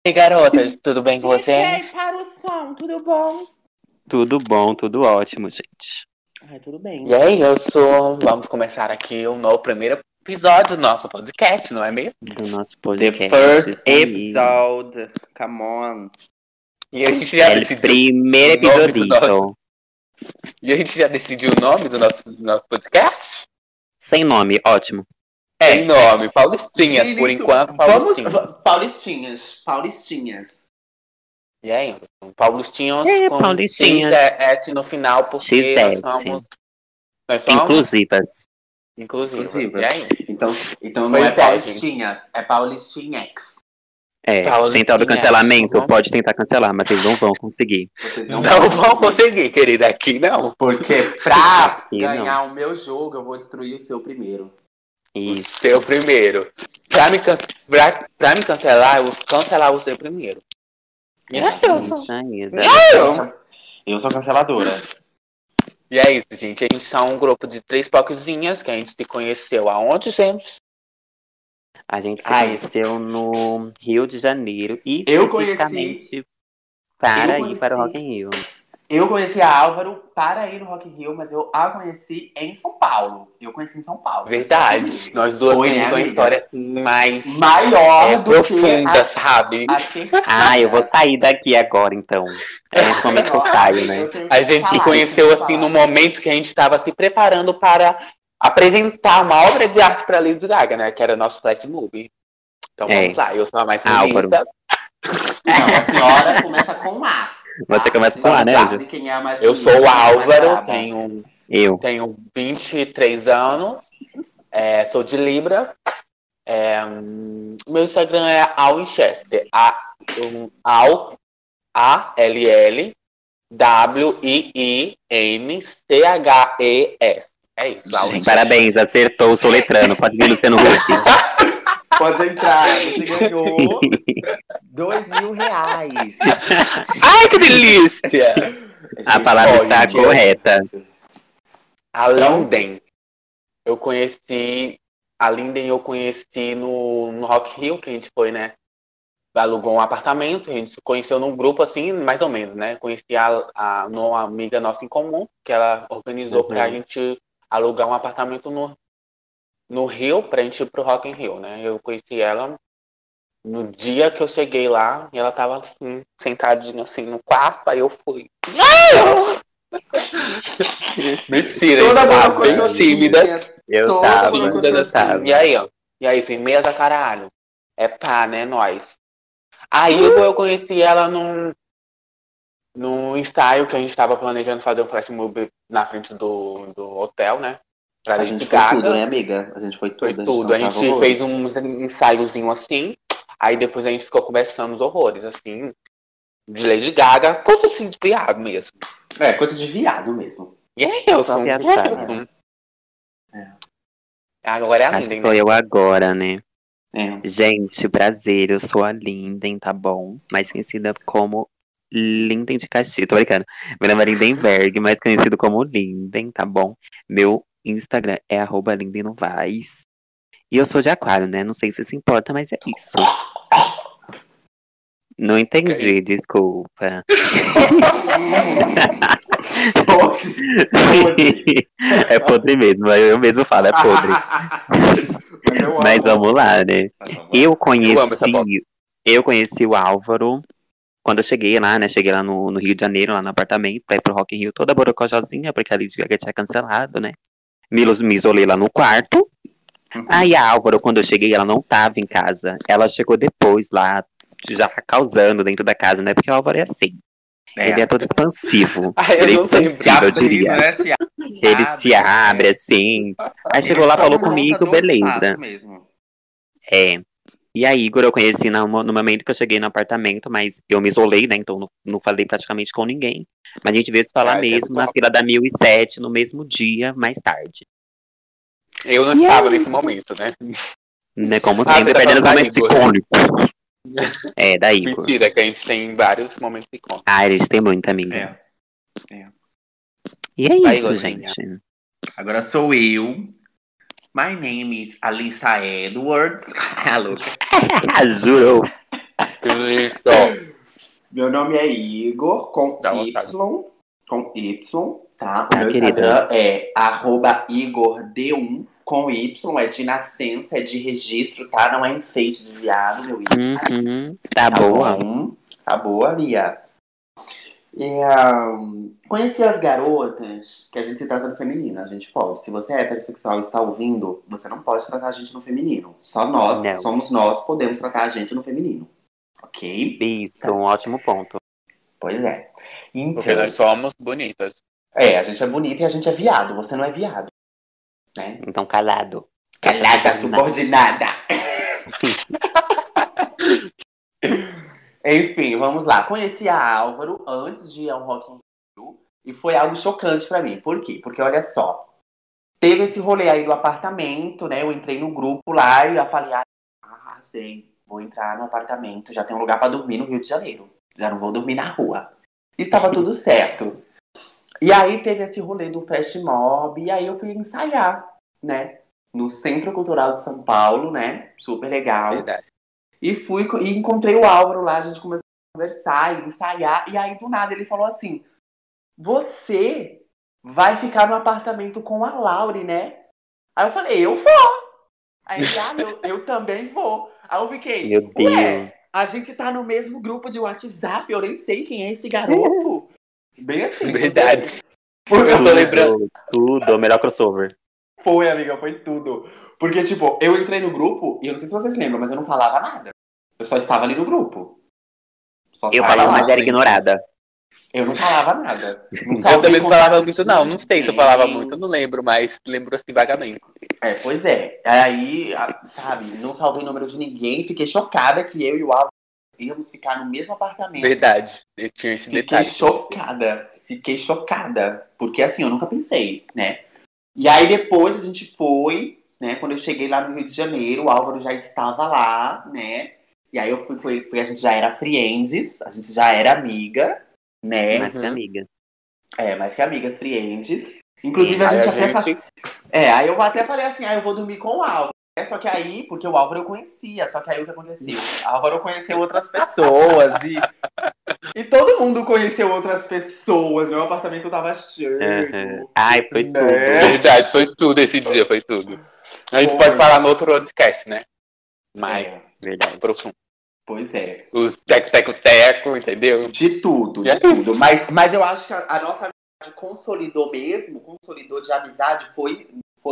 E garotas, tudo bem com DJ, vocês? para o som, tudo bom? Tudo bom, tudo ótimo, gente. Ai, tudo bem. E aí, eu sou. Vamos começar aqui o novo primeiro episódio do nosso podcast, não é mesmo? Do nosso The podcast. first isso aí. episode. Come on. E a gente já El decidiu. primeiro o nome do episodito. E a gente já decidiu o nome do nosso podcast? Sem nome, ótimo. Tem nome, Paulistinhas, De por início, enquanto, Paulistinhas. Paulistinhas. E aí, Paulistinhas É, com Paulistinhas. XS no final, porque nós XS. somos. Nós somos Inclusivas. inclusivas. E aí? Então não Pois é é, Paulistinhas, é Paulistinhex. É, Paulistinhas, central do cancelamento, vamos. pode tentar cancelar, mas vocês não vão conseguir. Vocês Não vão conseguir, querida, aqui não. Porque pra Aqui ganhar o meu jogo, eu vou destruir o seu primeiro. O Isso. seu primeiro. Pra me cancelar, eu vou cancelar você primeiro. E é isso. Isso aí, Eu sou canceladora. E é isso, gente. A gente são um grupo de 3 poquezinhas que a gente se conheceu aonde, gente? A gente se Ai. conheceu no Rio de Janeiro e Eu conheci- especificamente para eu ir para o conheci- Rock in Rio. Eu conheci a Álvaro para ir no Rock in Rio, mas eu a conheci em São Paulo. Eu conheci em São Paulo. Verdade. Nós duas Foi, temos né, uma amiga? história assim, mais Maior do profunda, que sabe? a terceira. Eu vou sair daqui agora, então. É nesse momento que eu saio, né? Eu tenho que A gente se falar, conheceu eu tenho assim que no falar. momento que a gente estava se preparando para apresentar uma obra de arte para Lady Gaga, né? Que era o nosso flash movie. Então vamos lá, eu sou a mais Álvaro. bonita. Não, a senhora começa com A. Você começa com A, né, Vamos lá, Ju? de quem é a mais Eu bonita, sou o quem é a mais Álvaro, braba. tenho 23 anos, sou de Libra. Meu Instagram é Alwinchester. ALLWIINCHES. É isso, Gente, Alwinchester. parabéns, acertou o soletrano. Pode vir, Luciano Huck. Pode entrar, você ganhou R$2.000. Ai, que delícia! A palavra Ó, está gente, correta. A Linden, eu conheci no Rock in Rio, que a gente foi, né? Alugou um apartamento, a gente se conheceu num grupo assim, mais ou menos, né? Conheci uma amiga nossa em comum, que ela organizou pra gente alugar um apartamento no Rio, pra gente ir pro Rock in Rio, né? Eu conheci ela no dia que eu cheguei lá, e ela tava assim, sentadinha assim no quarto, aí eu fui. Mentira, Toda eu tava boca bem coçou tímida. Eu Toda tava, boca Tímida, coçou assim. tava. E aí, ó. E aí, firmeza, caralho. É pá, né, nós. Aí eu conheci ela num ensaio que a gente tava planejando fazer um flash mob na frente do hotel, né? Pra A Lady gente foi Gaga. tudo, né, amiga? A gente foi tudo. Foi tudo. A gente fez um ensaiozinho assim. Aí depois a gente ficou conversando os horrores, assim. De Lady Gaga. Coisa assim de viado mesmo. É, coisa de viado mesmo. E aí, eu Só sou um viado viado. sabe. Agora é a Acho que Linden, sou né? eu agora, né? É. Gente, prazer, eu sou a Linden, tá bom? Mais conhecida como Linden de Caxias, tô brincando. Meu nome é Lindenberg, mais conhecido como Linden, tá bom? Meu Instagram é @lindennovaes. E eu sou de aquário, né? Não sei se se importa, mas é isso. Não entendi, desculpa. É podre mesmo, eu mesmo falo, é podre. Mas vamos lá, né? Eu amo essa bola. conheci o Álvaro quando eu cheguei lá, né? Cheguei lá no Rio de Janeiro, lá no apartamento, pra ir pro Rock in Rio, toda borocochosinha, porque a Lady Gaga tinha cancelado, né? Me isolei lá no quarto. Aí a Álvaro, quando eu cheguei, ela não tava em casa. Ela chegou depois lá, já causando dentro da casa, né? Porque o Álvaro é assim. Ele é todo expansivo. Ai, eu Ele é não sei, expansivo, eu diria. Né? Ele se abre assim. Aí chegou lá, falou comigo, beleza. Mesmo. É. E aí, Igor, eu conheci no momento que eu cheguei no apartamento, mas eu me isolei, né? Então não falei praticamente com ninguém. Mas a gente veio se falar mesmo na fila da 1007, no mesmo dia, mais tarde. Eu não E estava é nesse isso. momento, né? Né? Como Ah, sempre, você tá perdendo os falando da momentos Igor. icônicos. É, da Igor. Mentira, que a gente tem vários momentos de conta. Ah, eles têm muita amiga. É. E é Vai, isso, Igorzinha. gente. Agora sou eu. My name is Alissa Edwards. Alô. Jurou. Isso. Meu nome é Igor, com Dá Y. vontade. Com Y, tá? O Tá, meu querida. Instagram é @IgorD1, com Y. É de nascença, é de registro, tá? Não é enfeite de viado, meu Y. Tá boa. Bom? Tá boa, Lia. E, conheci as garotas, que a gente se trata no feminino, a gente pode. Se você é heterossexual e está ouvindo, você não pode tratar a gente no feminino. Só nós, Não. somos nós, podemos tratar a gente no feminino. Ok? Isso, um ótimo ponto. Pois é. Porque Então, nós somos bonitas. a gente é bonita e a gente é viado. Você não é viado, né? Então, calado. Calada, subordinada. Enfim, vamos lá. Conheci a Álvaro antes de ir ao Rock in Rio e foi algo chocante pra mim. Por quê? Porque olha só, teve esse rolê aí do apartamento, né? Eu entrei no grupo lá e eu falei, arrasei, vou entrar no apartamento, já tem um lugar pra dormir no Rio de Janeiro. Já não vou dormir na rua. Estava tudo certo. E aí teve esse rolê do Fast Mob e aí eu fui ensaiar, né? No Centro Cultural de São Paulo, né? Super legal. Verdade. E fui e encontrei o Álvaro lá, a gente começou a conversar e ensaiar. E aí, do nada, ele falou assim: você vai ficar no apartamento com a Laure, né? Aí eu falei, eu vou. Aí ele, eu também vou. Aí eu fiquei, Meu Deus. ué, a gente tá no mesmo grupo de WhatsApp, eu nem sei quem é esse garoto. Bem assim. Verdade. Porque Eu tô lembrando. Tudo, o melhor crossover. Foi, amiga, foi tudo. Porque, tipo, eu entrei no grupo e eu não sei se vocês lembram, mas eu não falava nada. Eu só estava ali no grupo. Só Eu tava falava, lá, mas era né? ignorada. Eu não falava nada. Não Eu sabia também não contar falava com muito, não. Não sei se eu ninguém. falava muito, eu não lembro, mas lembro assim vagamente. Pois é. Aí, sabe, não salvei o número de ninguém. Fiquei chocada que eu e o Álvaro íamos ficar no mesmo apartamento. Verdade. Eu tinha esse Fiquei detalhe. Fiquei chocada. Porque assim, eu nunca pensei, né? E aí depois a gente foi, né? Quando eu cheguei lá no Rio de Janeiro, o Álvaro já estava lá, né? E aí eu fui com ele, porque a gente já era friends, a gente já era amiga, né? Mais que amiga. Mais que amigas, friends. Inclusive, a Aí gente a até... gente. Aí eu até falei assim, eu vou dormir com o Álvaro. Só que aí, porque o Álvaro eu conhecia, só que aí o que aconteceu? O Álvaro conheceu outras pessoas e todo mundo conheceu outras pessoas. Meu apartamento tava cheio. Ai, foi né? tudo. Verdade, foi tudo esse dia, foi tudo. A gente pode falar no outro podcast, né? Mais Verdade. profundo. Pois é. Os teco-teco-teco, entendeu? De tudo, de É. tudo. Mas eu acho que a nossa amizade consolidou de amizade foi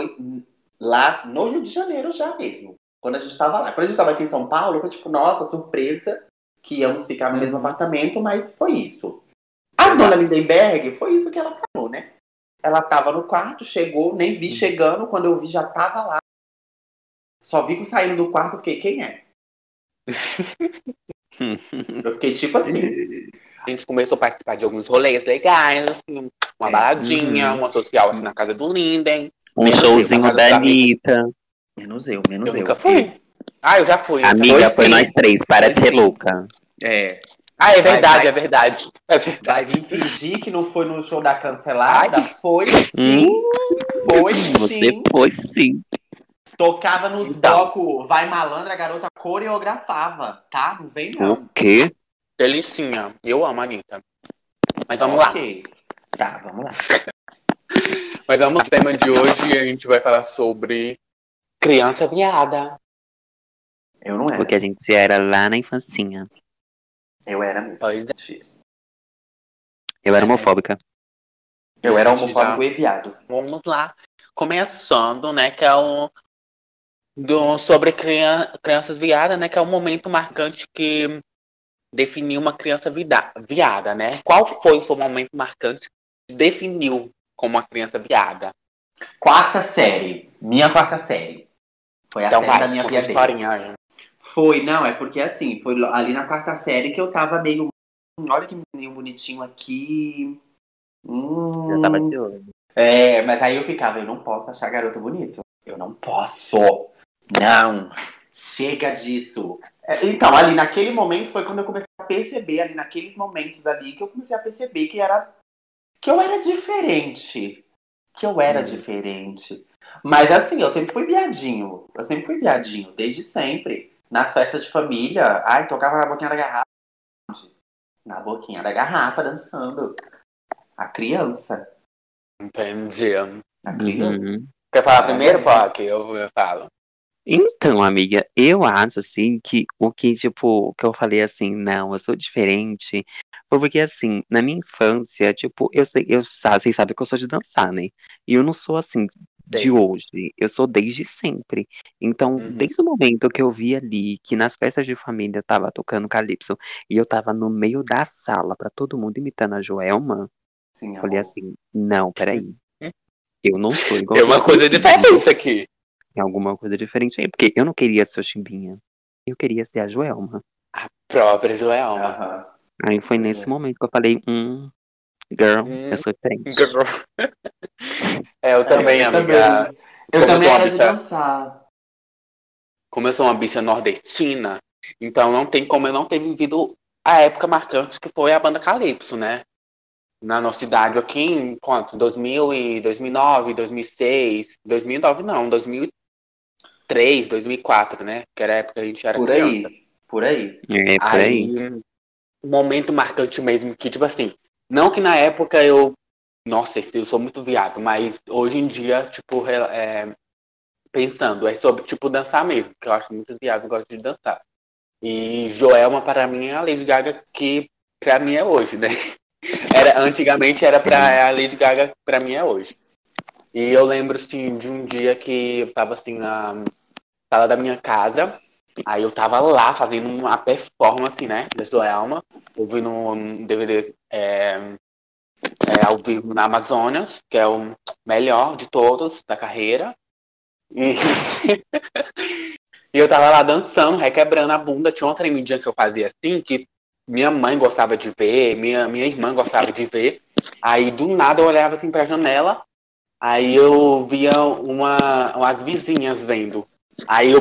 lá no Rio de Janeiro já mesmo. Quando a gente tava lá. Quando a gente tava aqui em São Paulo, foi tipo, nossa, surpresa que íamos ficar no mesmo apartamento, mas foi isso. A dona Lindenberg, foi isso que ela falou, né? Ela tava no quarto, chegou, nem vi chegando, quando eu vi já tava lá. Só vi que saindo do quarto, eu fiquei, quem é? Eu fiquei tipo assim. A gente começou a participar de alguns rolês legais, assim, uma baladinha, uma social assim na casa do Linden. Um showzinho da Anitta. Menos eu. Eu nunca fui. Eu já fui. Amiga, foi nós três, para de ser louca. É verdade, vai. é verdade. Vai vir fingir que não foi no show da cancelada? Foi sim. Foi Você sim. foi sim. Tocava nos Então. blocos Vai Malandra, a garota coreografava, tá? Não vem não. O quê? Delicinha. Eu amo a Anitta. Mas vamos lá. Tá, vamos lá. Mas vamos pro tema de hoje. A gente vai falar sobre criança viada. Eu não era. Porque a gente era lá na infancinha. Eu era mesmo. Pois é. Eu era homofóbica. Eu era A gente homofóbico já- e viado. Vamos lá. Começando, né, que é sobre crianças viadas, né, que é um momento marcante que definiu uma criança viada, né? Qual foi o seu momento marcante que definiu como uma criança viada? Quarta série. Minha quarta série. Foi a Então série vai, da minha conta a viadez. historinha. Foi, não, é porque assim, foi ali na quarta série que eu tava meio... Olha que menino bonitinho aqui. Já tava de olho. Mas aí eu ficava, eu não posso achar garoto bonito. Eu não posso. Não. Chega disso. Então, ali naquele momento foi quando eu comecei a perceber, ali naqueles momentos ali, que eu comecei a perceber que eu era diferente. Mas assim, eu sempre fui viadinho. Desde sempre. Nas festas de família, ai, tocava na boquinha da garrafa. Na boquinha da garrafa, dançando. A criança. Entendi. A criança. Uhum. Quer falar Era primeiro, dessas. Poc? Eu falo. Então, amiga, eu acho assim que o que, tipo, que eu falei assim, não, eu sou diferente. Foi porque, assim, na minha infância, tipo, vocês sabem que eu sou de dançar, né? E eu não sou assim de Sei. hoje, eu sou desde sempre. Então, Uhum. desde o momento que eu vi ali que nas festas de família tava tocando calypso e eu tava no meio da sala pra todo mundo imitando a Joelma, Sim, falei amor. assim, não, peraí, eu não sou Tem uma igualzinho com coisa diferente aqui. tem alguma coisa diferente aí, porque eu não queria ser o Chimbinha. Eu queria ser a Joelma. A própria Joelma. Aham. Aí foi Pois nesse é. momento que eu falei, girl, eu Hum, sou diferente. girl. Eu também, Eu amiga. também. Eu Como eu também sou uma era de bicha, dançar. como eu sou uma bicha nordestina, então não tem como eu não ter vivido a época marcante que foi a banda Calypso, né? Na nossa cidade aqui em quanto? 2000 e 2009, 2006, 2009 não, 2003, 2004, né? Que era a época que a gente era Por criança. aí. Por aí. É, por aí. Aí, um momento marcante mesmo que, tipo assim, não que na época eu, nossa, eu sou muito viado, mas hoje em dia, tipo, pensando, é sobre, tipo, dançar mesmo, que eu acho que muitos viados gostam de dançar. E Joelma, para mim, é a Lady Gaga que pra mim é hoje, né? Antigamente era pra a Lady Gaga, pra mim é hoje. E eu lembro, assim, de um dia que eu tava, assim, na sala da minha casa, aí eu tava lá fazendo uma performance, né, da Joelma, ouvindo um DVD ao vivo na Amazonas, que é o melhor de todos da carreira. E E eu tava lá dançando, requebrando a bunda. Tinha uma tremidinha que eu fazia assim, que minha mãe gostava de ver, minha irmã gostava de ver. Aí do nada eu olhava assim pra janela, aí eu via umas vizinhas vendo. Aí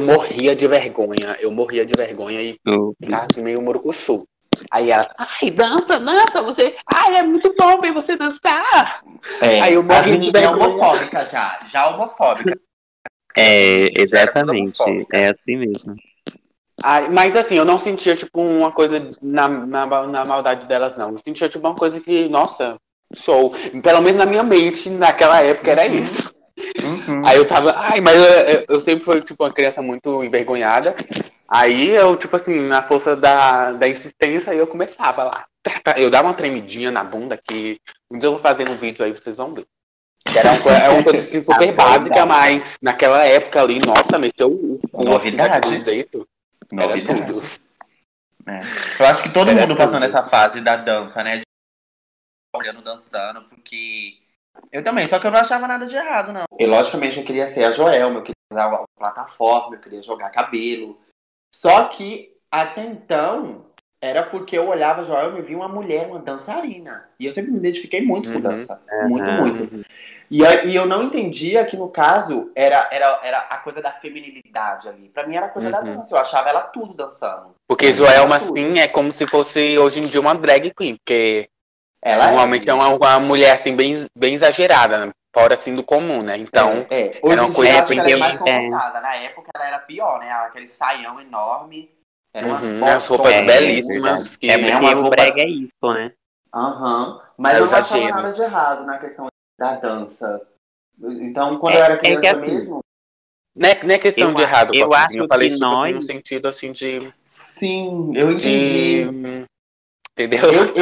eu morria de vergonha e Eu- ficava assim meio morocochô. Aí elas, ai, dança, dança, você. Ai, é muito bom ver você dançar. Aí eu As morria de menininhas vergonha. homofóbicas já. Já homofóbica. É, Já era toda exatamente. homofóbica. É assim mesmo. Mas assim, eu não sentia, tipo, uma coisa na maldade delas, não. Eu sentia, tipo, uma coisa que, nossa, show. Pelo menos na minha mente, naquela época, era Uhum. isso. Aí Uhum. eu tava, mas eu sempre fui, tipo, uma criança muito envergonhada. Aí eu, tipo assim, na força da insistência, eu começava lá. Eu dava uma tremidinha na bunda que um dia eu vou fazer um vídeo aí, vocês vão ver. Que é uma coisa assim super básica, Atualizada. mas naquela época ali, nossa, meteu o cu assim daquele Novidade. jeito. Era tudo. Novidade. É. Eu acho que todo Era mundo passou tudo. nessa fase da dança, né? De olhando, dançando, porque eu também, só que eu não achava nada de errado, não. E logicamente eu queria ser a Joelma, eu queria usar uma plataforma, eu queria jogar cabelo. Só que até então era porque eu olhava a Joelma e via uma mulher, uma dançarina. E eu sempre me identifiquei muito com Uhum, dança. Muito, Aham. muito. uhum, E eu não entendia que, no caso, era a coisa da feminilidade ali. Pra mim era a coisa da uhum. dança. Eu achava ela tudo dançando. Porque Pra mim era Joelma, tudo. assim, é como se fosse hoje em dia uma drag queen, porque Ela é, normalmente é amiga. uma mulher, assim, bem exagerada, né? Fora, assim, do comum, né? Então, era Hoje uma em dia eu coisa, É, acho que assim, ela é porque mais que... comportada. Na época ela era pior, né? Aquele saião enorme. Eram umas As roupas botonas é mesmo. verdade. belíssimas, É que Né? porque Umas o roupas. brega é isso, né? Aham. Mas é o eu não achava exagero. nada de errado na questão da dança. Então, quando eu É, era é que criança assim, mesmo, Não é questão de errado, eu Poquinho. Eu acho falei, que tipo assim, nós. no sentido, assim, sim, eu de... entendi. Entendeu?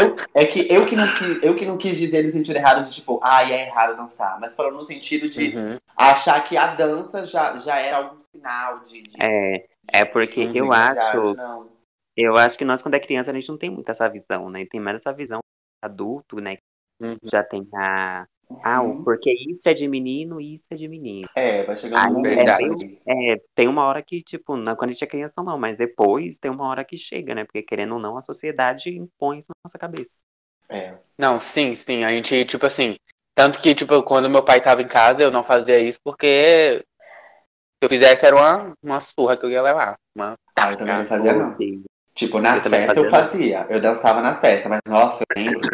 Eu que não quis dizer no sentido errado de tipo, é errado dançar, mas falando no sentido de Uhum, achar que a dança já era algum sinal É porque uhum, desenfreada, não. eu acho que nós, quando é criança, a gente não tem muito essa visão, né? Tem mais essa visão adulto, né? uhum. Já tem Uhum. porque isso é de menino, isso é de menino. Vai chegando um Aí é momento Verdade. meio. ali. Tem uma hora que, tipo, quando a gente é criança, não, mas depois tem uma hora que chega, né? Porque querendo ou não, a sociedade impõe isso na nossa cabeça. Não, sim, a gente, tipo assim, tanto que, tipo, quando meu pai tava em casa, eu não fazia isso porque se eu fizesse era uma surra que eu ia levar, uma Eu também não taca. fazia, Meu não. Deus. Tipo, Eu nas também não festas eu fazia, não. fazia. Eu dançava nas festas, mas nossa, eu lembro.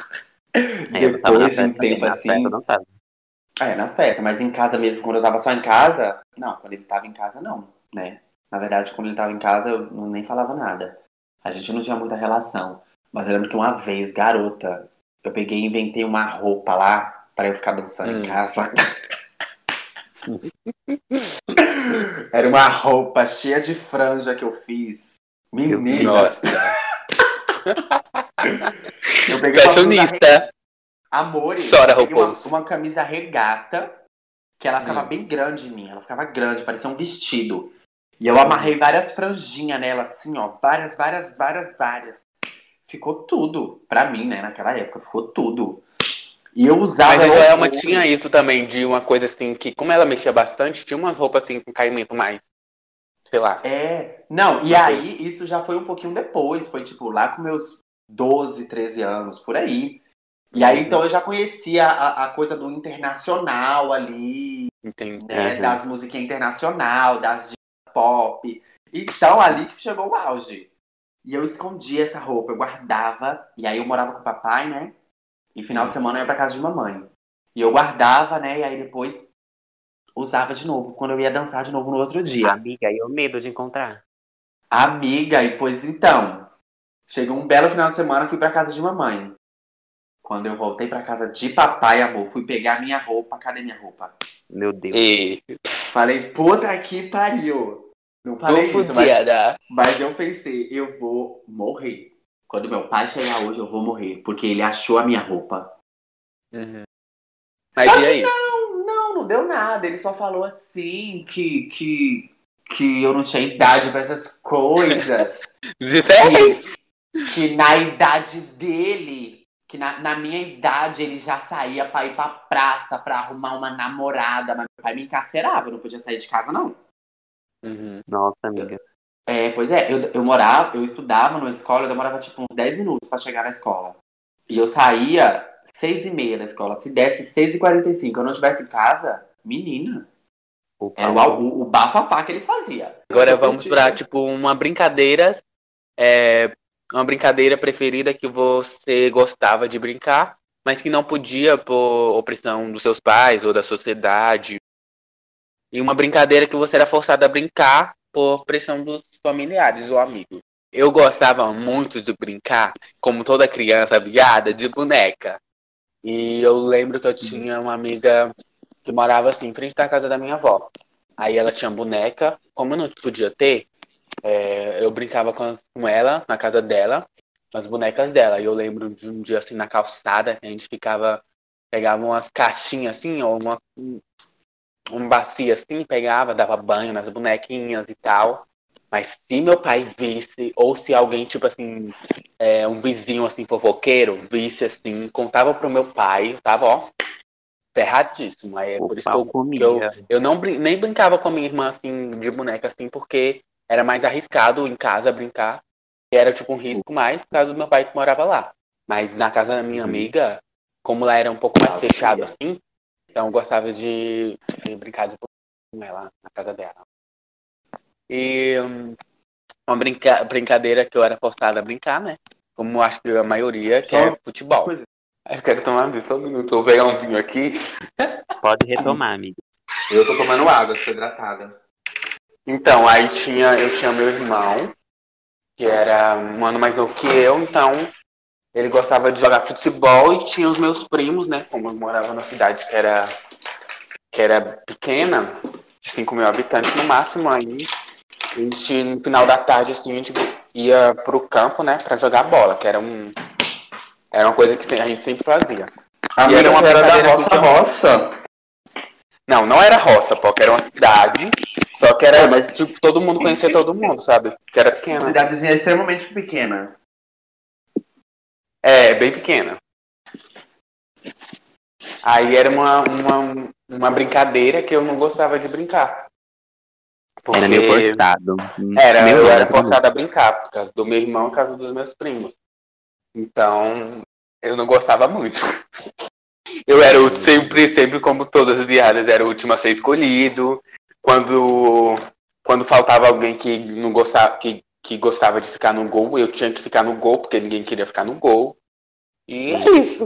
Eu não tava na Depois de um festa também. tempo Na festa eu assim. não tava. Nas festas, mas em casa mesmo, quando eu tava só em casa. Não, quando ele tava em casa, não, né? Na verdade, quando ele tava em casa, eu nem falava nada. A gente não tinha muita relação. Mas eu lembro que uma vez, garota, eu peguei e inventei uma roupa lá pra eu ficar dançando em casa. Era uma roupa cheia de franja que eu fiz. Menina! Nossa. Eu peguei uma blusa Fashionista. Amores, Chora, eu peguei RuPaul's. uma camisa regata, que ela ficava bem grande em mim. Ela ficava grande, parecia um vestido. E eu amarrei várias franjinhas nela, assim, ó. Várias. Ficou tudo. Pra mim, né, naquela época, ficou tudo. E eu usava... Mas a Joelma horrores. tinha isso também, de uma coisa assim, que como ela mexia bastante, tinha umas roupas assim com caimento mais, sei lá. Não, e Uma aí, isso já foi um pouquinho depois. Foi, tipo, lá com meus 12, 13 anos, por aí. E aí, então, eu já conhecia a coisa do internacional ali, Entendi. né? Das musiquinhas internacional, das divas pop. Então, ali que chegou o auge. E eu escondia essa roupa, eu guardava. E aí, eu morava com o papai, né? E final de semana eu ia pra casa de mamãe. E eu guardava, né? E aí, depois usava de novo, quando eu ia dançar de novo no outro dia. Amiga, e o medo de encontrar? Amiga, e pois então. Chegou um belo final de semana, fui pra casa de mamãe. Quando eu voltei pra casa de papai, amor, fui pegar minha roupa. Cadê minha roupa? Meu Deus. E Falei, puta que pariu. Não tô falei isso, fodida. mas eu pensei, eu vou morrer. Quando meu pai chegar hoje, eu vou morrer. Porque ele achou a minha roupa. Mas Só e que aí? não deu nada. Ele só falou assim que eu não tinha idade pra essas coisas. Diferente. Que na idade dele, que na minha idade, ele já saía pra ir pra praça pra arrumar uma namorada. Mas meu pai me encarcerava, eu não podia sair de casa, não. Nossa, amiga. Pois é, eu morava, eu estudava numa escola, eu demorava tipo uns 10 minutos pra chegar na escola. E eu saía 6h30 da escola. Se desse 6h45, eu não estivesse em casa, menina. Era o bafafá que ele fazia. Agora vamos pra, tipo, uma brincadeira. Uma brincadeira preferida que você gostava de brincar, mas que não podia por opressão dos seus pais ou da sociedade. E uma brincadeira que você era forçado a brincar por pressão dos familiares ou amigos. Eu gostava muito de brincar, como toda criança viada, de boneca. E eu lembro que eu tinha uma amiga que morava assim, em frente da casa da minha avó. Aí ela tinha boneca, como eu não podia ter, eu brincava com ela, na casa dela, com as bonecas dela. E eu lembro de um dia assim na calçada, a gente pegava umas caixinhas assim, ou uma bacia assim, pegava, dava banho nas bonequinhas e tal. Mas se meu pai visse, ou se alguém, tipo assim, um vizinho assim, fofoqueiro, visse assim, contava pro meu pai, eu tava, ó, ferradíssimo. Aí é O por isso pau que eu, comia. eu não nem brincava com a minha irmã assim, de boneca assim, porque era mais arriscado em casa brincar. E era tipo um risco mais por causa do meu pai que morava lá. Mas na casa da minha amiga, como lá era um pouco mais fechado assim, então eu gostava de brincar de com ela na casa dela. E uma brincadeira que eu era forçada a brincar, né? Como acho que a maioria, que é futebol. Eu quero tomar um vinho, só um minuto. Vou pegar um vinho aqui. Pode retomar, amiga. Eu tô tomando água, tô hidratada. Então, aí eu tinha meu irmão, que era um ano mais novo que eu, então ele gostava de jogar futebol e tinha os meus primos, né? Como eu morava numa cidade que era pequena, de 5 mil habitantes no máximo, aí a gente, no final da tarde, assim, a gente ia pro campo, né, pra jogar bola, que era uma coisa que a gente sempre fazia. Amiga, e era uma era da brincadeira assim roça. Não era roça, pô, que era uma cidade, só que era, mas tipo, todo mundo conhecia todo mundo, sabe? Que era pequena. Cidadezinha extremamente pequena. Bem pequena. Aí era uma brincadeira que eu não gostava de brincar. Porque Era meio forçado. eu era forçado a brincar, por causa do meu irmão e por causa dos meus primos. Então, eu não gostava muito. Eu era sempre como todas as viadas, era o último a ser escolhido. Quando faltava alguém que não gostava, que gostava de ficar no gol, eu tinha que ficar no gol, porque ninguém queria ficar no gol. E é isso.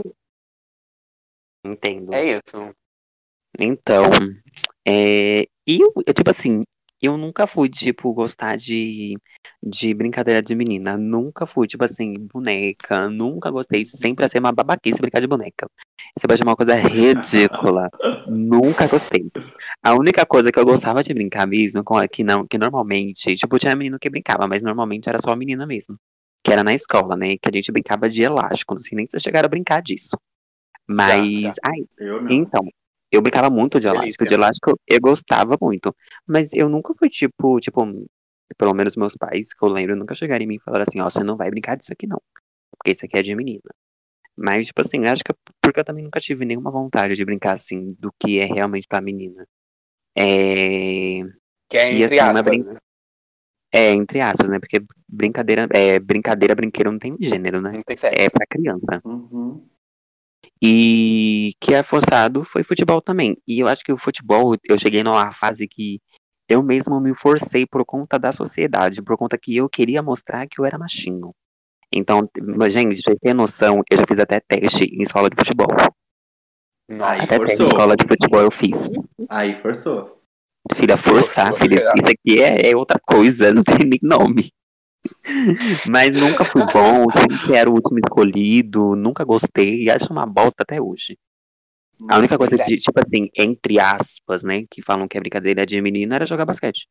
Entendo. É isso. Então, tipo assim, eu nunca fui, tipo, gostar de brincadeira de menina. Nunca fui, tipo assim, boneca. Nunca gostei. Sempre achei uma babaquice brincar de boneca. Isso vai uma coisa ridícula. Nunca gostei. A única coisa que eu gostava de brincar mesmo, que normalmente, tipo, tinha menino que brincava, mas normalmente era só a menina mesmo. Que era na escola, né? Que a gente brincava de elástico. Não sei nem se vocês chegaram a brincar disso. Já. Mas, ai, Eu não. então, eu brincava muito de elástico. Delícia. De elástico eu gostava muito. Mas eu nunca fui tipo, pelo menos meus pais, que eu lembro, nunca chegaram em mim e falaram assim, ó, você não vai brincar disso aqui não. Porque isso aqui é de menina. Mas, tipo assim, acho que é porque eu também nunca tive nenhuma vontade de brincar assim do que é realmente pra menina. É... Que é E entre assim, aspas, né? entre aspas, né? Porque brinquedo não tem gênero, né? Não tem É sexo. pra criança. Uhum. E que é forçado foi futebol também. E eu acho que o futebol, eu cheguei numa fase que eu mesmo me forcei por conta da sociedade, por conta que eu queria mostrar que eu era machinho. Então, mas, gente, pra ter noção, eu já fiz até teste em escola de futebol. Nossa. Aí Até teste em escola forçou. de futebol eu fiz. Aí forçou. Filha, forçar, Forçou. filha, isso aqui é outra coisa, não tem nem nome. Mas nunca fui bom, sempre era o último escolhido, nunca gostei, acho uma bosta até hoje. A única coisa Pois é. de, tipo assim, entre aspas, né, que falam que é brincadeira de menina era jogar basquete.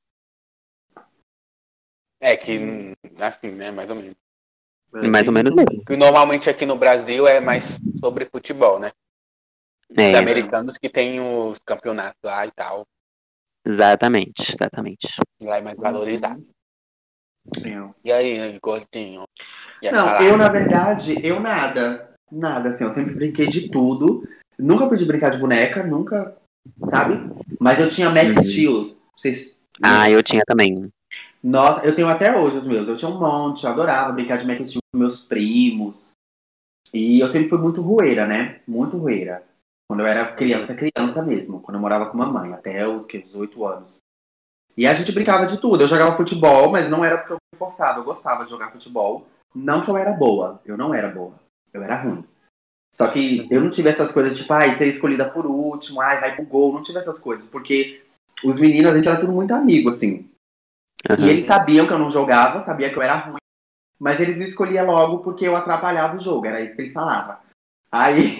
É que, assim, né? Mais ou menos. Mais ou menos mesmo. Que normalmente aqui no Brasil é mais sobre futebol, né? Os É, americanos que têm os campeonatos lá e tal. exatamente. Lá é mais valorizado. Eu. E aí, gordinho? Ia Não, falar? eu, na verdade, eu nada. Nada, assim, eu sempre brinquei de tudo. Nunca fui de brincar de boneca, nunca, sabe? Mas eu tinha Max Uhum. Steel. Vocês Ah, lembram? eu tinha também. Nossa, eu tenho até hoje os meus. Eu tinha um monte, eu adorava brincar de Max Steel com meus primos. E eu sempre fui muito rueira, né? Muito rueira. Quando eu era criança mesmo. Quando eu morava com mamãe, até os 8 anos. E a gente brincava de tudo. Eu jogava futebol, mas não era porque eu me forçava. Eu gostava de jogar futebol. Não que eu era boa. Eu não era boa. Eu era ruim. Só que eu não tive essas coisas, tipo, ai, ser escolhida por último, ai, vai pro gol. Não tive essas coisas. Porque os meninos, a gente era tudo muito amigo, assim. E Aham. eles sabiam que eu não jogava, sabia que eu era ruim. Mas eles me escolhiam logo porque eu atrapalhava o jogo. Era isso que eles falavam. Aí,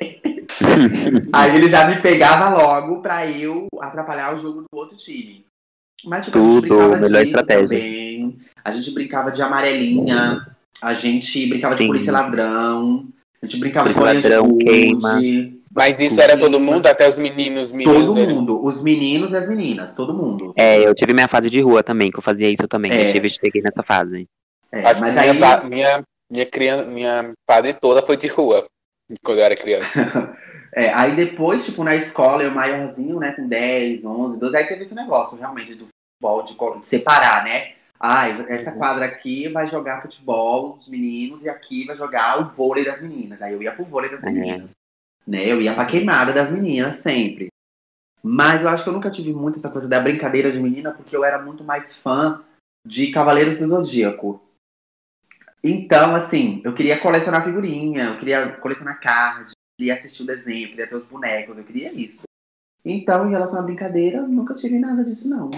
aí ele já me pegava logo pra eu atrapalhar o jogo do outro time. Mas, tipo, a gente Tudo, brincava melhor disso estratégia. também. A gente brincava de amarelinha. A gente brincava de polícia e Sim, ladrão. A gente brincava de polícia bolinha de ladrão, queima, gude. Mas isso era todo mundo, Queima. até os meninos, Todo eles. mundo. Os meninos e as meninas. Todo mundo. Eu tive minha fase de rua também, que eu fazia isso também. É, Cheguei nessa fase. Acho que mas aí. minha fase toda foi de rua, quando eu era criança. Aí depois, tipo, na escola, eu maiorzinho, né, com 10, 11, 12, aí teve esse negócio, realmente, do futebol, de separar, né? Ai, essa quadra aqui vai jogar futebol dos meninos e aqui vai jogar o vôlei das meninas. Aí eu ia pro vôlei das É. meninas, né? Eu ia pra queimada das meninas sempre. Mas eu acho que eu nunca tive muito essa coisa da brincadeira de menina, porque eu era muito mais fã de Cavaleiros do Zodíaco. Então, assim, eu queria colecionar figurinha, eu queria colecionar card, queria assistir o desenho, eu queria ter os bonecos, eu queria isso. Então, em relação à brincadeira, eu nunca tive nada disso, não.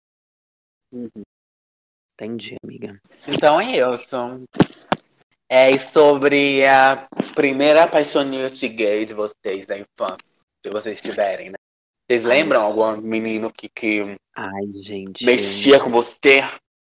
Entendi, amiga. Então é isso. É sobre a primeira apaixonite gay de vocês da infância, se vocês tiverem, né? Vocês Ai, lembram algum menino que Ai, gente. mexia com você?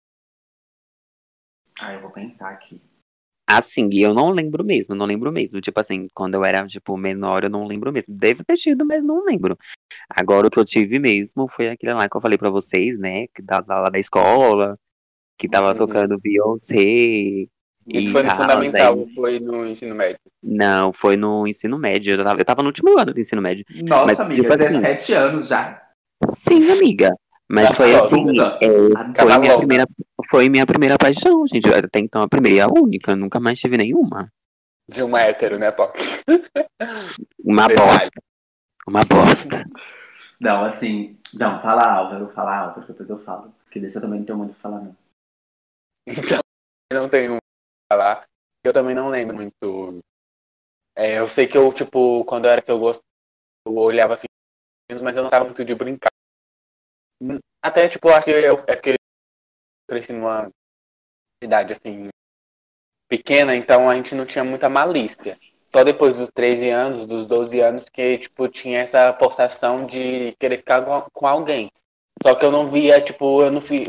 eu vou pensar aqui. Assim, e eu não lembro mesmo, não lembro mesmo. Tipo assim, quando eu era, tipo, menor, eu não lembro mesmo. Deve ter tido, mas não lembro. Agora, o que eu tive mesmo foi aquele lá que eu falei pra vocês, né? Que lá da escola, que tava Uhum. tocando Beyoncé Isso e foi no tal. fundamental Daí, ou foi no ensino médio? não, foi no ensino médio. Eu tava no último ano do ensino médio. Mas, Nossa, amiga, tipo assim, 17 anos já. sim, amiga. Mas foi assim, Adulta. foi minha Cavalona. primeira paixão, gente. Até então a primeira e a única. Nunca mais tive nenhuma. De uma hétero, né, Pó? Uma Verdade. bosta. Uma bosta. Não, assim. Não, fala Álvaro, que depois eu falo. Porque desse eu também não tenho muito o que falar, não. Então, eu não tenho o que falar. Eu também não lembro muito. Eu sei que eu, tipo, quando eu era que eu olhava assim, mas eu não tava muito de brincar. Até, tipo, acho que é porque eu cresci numa cidade, assim, pequena, então a gente não tinha muita malícia. Só depois dos 13 anos, dos 12 anos, que, tipo, tinha essa forçação de querer ficar com alguém. Só que eu não via, tipo,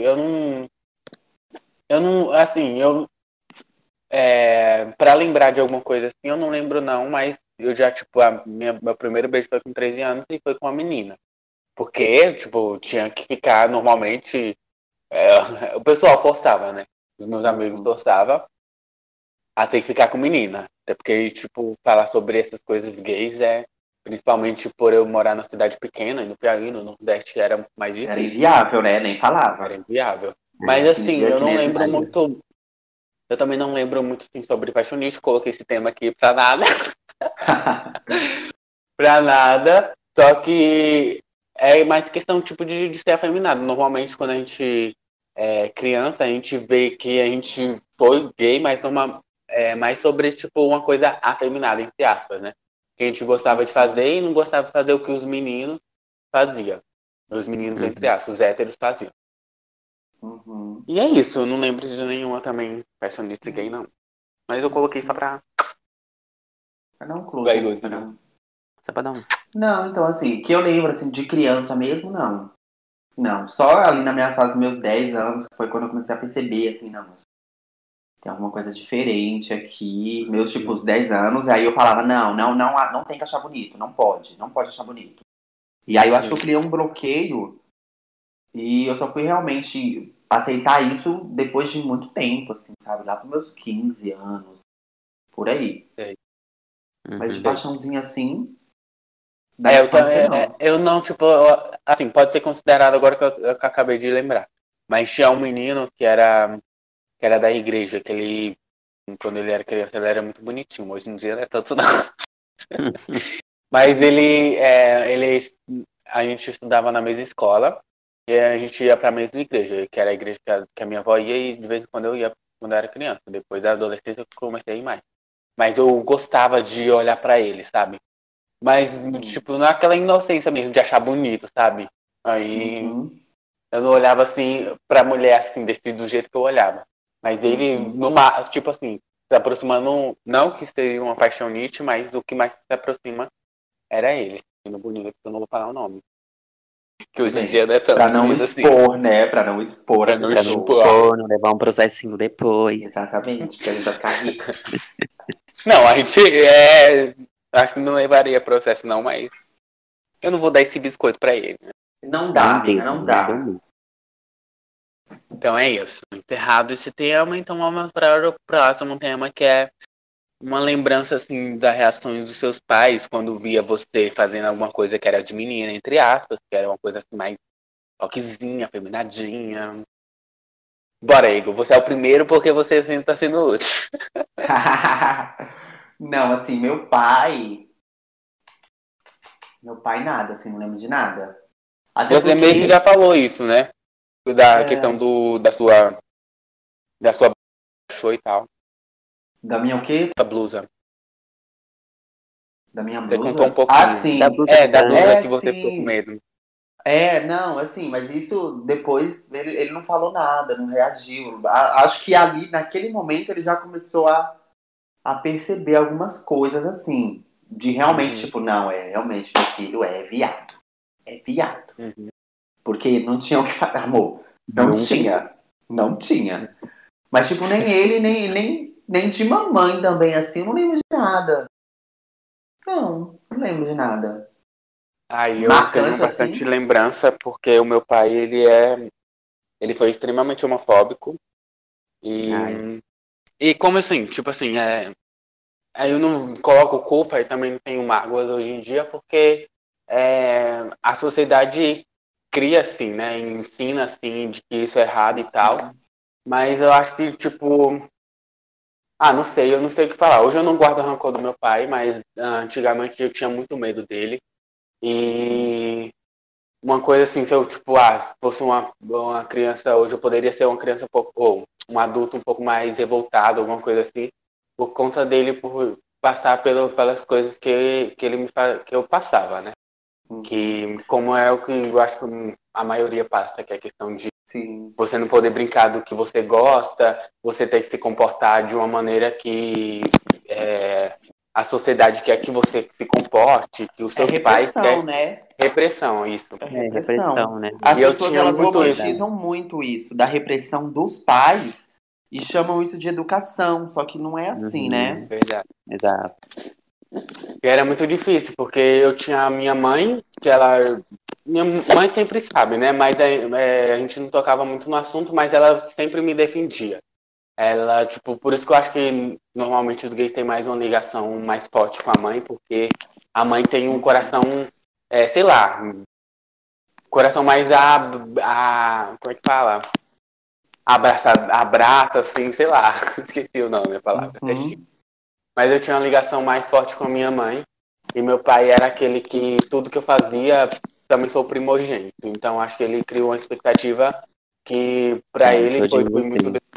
assim, pra lembrar de alguma coisa assim, eu não lembro não, mas eu já, tipo, meu primeiro beijo foi com 13 anos e foi com uma menina. Porque, tipo, tinha que ficar normalmente, o pessoal forçava, né? Os meus amigos Uhum. forçavam a ter que ficar com menina. Até porque, tipo, falar sobre essas coisas gays principalmente por eu morar numa cidade pequena, e no Piauí, no Nordeste, era mais Era difícil, inviável, né? Nem era falava. inviável. É. Mas assim, Fingia eu que nem não lembro existia. muito, eu também não lembro muito assim, sobre fashionista, coloquei esse tema aqui pra nada, pra nada, só que é mais questão tipo de ser afeminado. Normalmente quando a gente é criança, a gente vê que a gente foi gay, mas mais sobre tipo uma coisa afeminada, entre aspas, né? Que a gente gostava de fazer e não gostava de fazer o que os meninos faziam. Os meninos, entre Uhum. aspas, os héteros faziam. Uhum. E é isso, eu não lembro de nenhuma também fashionista gay, não. Mas eu coloquei só pra Pra dar um close vai ali, pra gozinho. dar um... Só pra dar um. Não, então assim, que eu lembro assim, de criança mesmo, não. Não, só ali na minha fase dos meus 10 anos, que foi quando eu comecei a perceber, assim, não, tem alguma coisa diferente aqui, meus tipo, os 10 anos, aí eu falava, não tem que achar bonito, não pode achar bonito. E aí eu acho que eu Uhum. criei um bloqueio e eu só fui realmente aceitar isso depois de muito tempo, assim, sabe? Lá pros meus 15 anos, por aí. Sei, Mas de Uhum. sei. paixãozinha assim, da Eu infância, também, não. eu não, tipo, assim, pode ser considerado agora que eu acabei de lembrar. Mas tinha um menino que era da igreja, que ele, quando ele era criança, ele era muito bonitinho. Hoje em dia não é tanto, não. Mas a gente estudava na mesma escola e a gente ia para a mesma igreja, que era a igreja que a minha avó ia e de vez em quando eu ia quando eu era criança. Depois da adolescência eu comecei a ir mais. Mas eu gostava de olhar para ele, sabe? Mas, Hum. tipo, naquela inocência mesmo, de achar bonito, sabe? Aí Uhum, eu não olhava assim pra mulher assim, do jeito que eu olhava. Mas ele, uhum. tipo assim, se aproximando, não que seria uma paixão Nietzsche, mas o que mais se aproxima era ele. Sendo bonito, que eu não vou falar o nome. Que Tudo hoje em dia bem. não é tão Pra não bonito assim. expor, né? Pra não expor a Pra não Pra não pessoa. expor. expor, não levar um processinho depois. Exatamente, porque a gente vai ficar rico. Não, a gente acho que não levaria processo não, mas eu não vou dar esse biscoito pra ele. Não dá, Nem amiga, deu, não nem deu dá. muito. Então é isso. Encerrado esse tema, então vamos para o próximo tema, que é uma lembrança assim das reações dos seus pais quando via você fazendo alguma coisa que era de menina, entre aspas, que era uma coisa assim mais rockzinha, feminadinha. Bora, Igor, você é o primeiro porque você sempre tá sendo o último. Não, assim, meu pai. Meu pai nada, assim, não lembro de nada. Até Você meio que já porque. falou isso, né? Da questão É, da sua show e tal. da minha o quê? Da blusa. Da minha Você contou um blusa? Ah, pouquinho. Da sim. blusa de Da blusa gangue. É, que você ficou com sim. medo. É, não, assim, mas isso depois ele não falou nada, não reagiu. Acho que ali, naquele momento, ele já começou a perceber algumas coisas assim. De realmente, Uhum, tipo, não, realmente, meu filho é viado. É viado. uhum. Porque não tinha o que fazer, amor. Não Nunca. tinha. Não tinha. Mas, tipo, nem ele, nem de mamãe também, assim, eu não lembro de nada. Não lembro de nada. Aí eu tenho Marcante, bastante assim. lembrança porque o meu pai, ele foi extremamente homofóbico Ai. e como assim, tipo assim, aí eu não coloco culpa e também não tenho mágoas hoje em dia porque a sociedade cria assim, né, ensina assim de que isso é errado e tal, mas eu acho que tipo, não sei, eu não sei o que falar. Hoje eu não guardo rancor do meu pai, mas antigamente eu tinha muito medo dele e uma coisa assim, se eu, tipo, se fosse uma criança hoje, eu poderia ser uma criança um pouco, ou um adulto um pouco mais revoltado, alguma coisa assim, por conta dele, por passar pelas coisas que eu passava, né? Que, como é o que eu acho que a maioria passa, que é a questão de Sim. você não poder brincar do que você gosta, você ter que se comportar de uma maneira que a sociedade quer que você se comporte, que os É seus pais repressão, querem. né? Repressão, isso. É É, repressão. repressão, né? As E eu pessoas tinha elas muito isso. romantizam muito isso, da repressão dos pais, e chamam isso de educação, só que não é assim, né? Verdade. Exato. E era muito difícil, porque eu tinha a minha mãe, que ela. Minha mãe sempre sabe, né? Mas a gente não tocava muito no assunto, mas ela sempre me defendia. Ela, tipo, por isso que eu acho que normalmente os gays têm mais uma ligação mais forte com a mãe, porque a mãe tem um coração, sei lá, coração mais como é que fala? Abraça, assim, sei lá, esqueci o nome da palavra, até chique. Uhum. Mas eu tinha uma ligação mais forte com a minha mãe, e meu pai era aquele que tudo que eu fazia, também sou primogênito, então acho que ele criou uma expectativa que para ele foi Todinho muito você.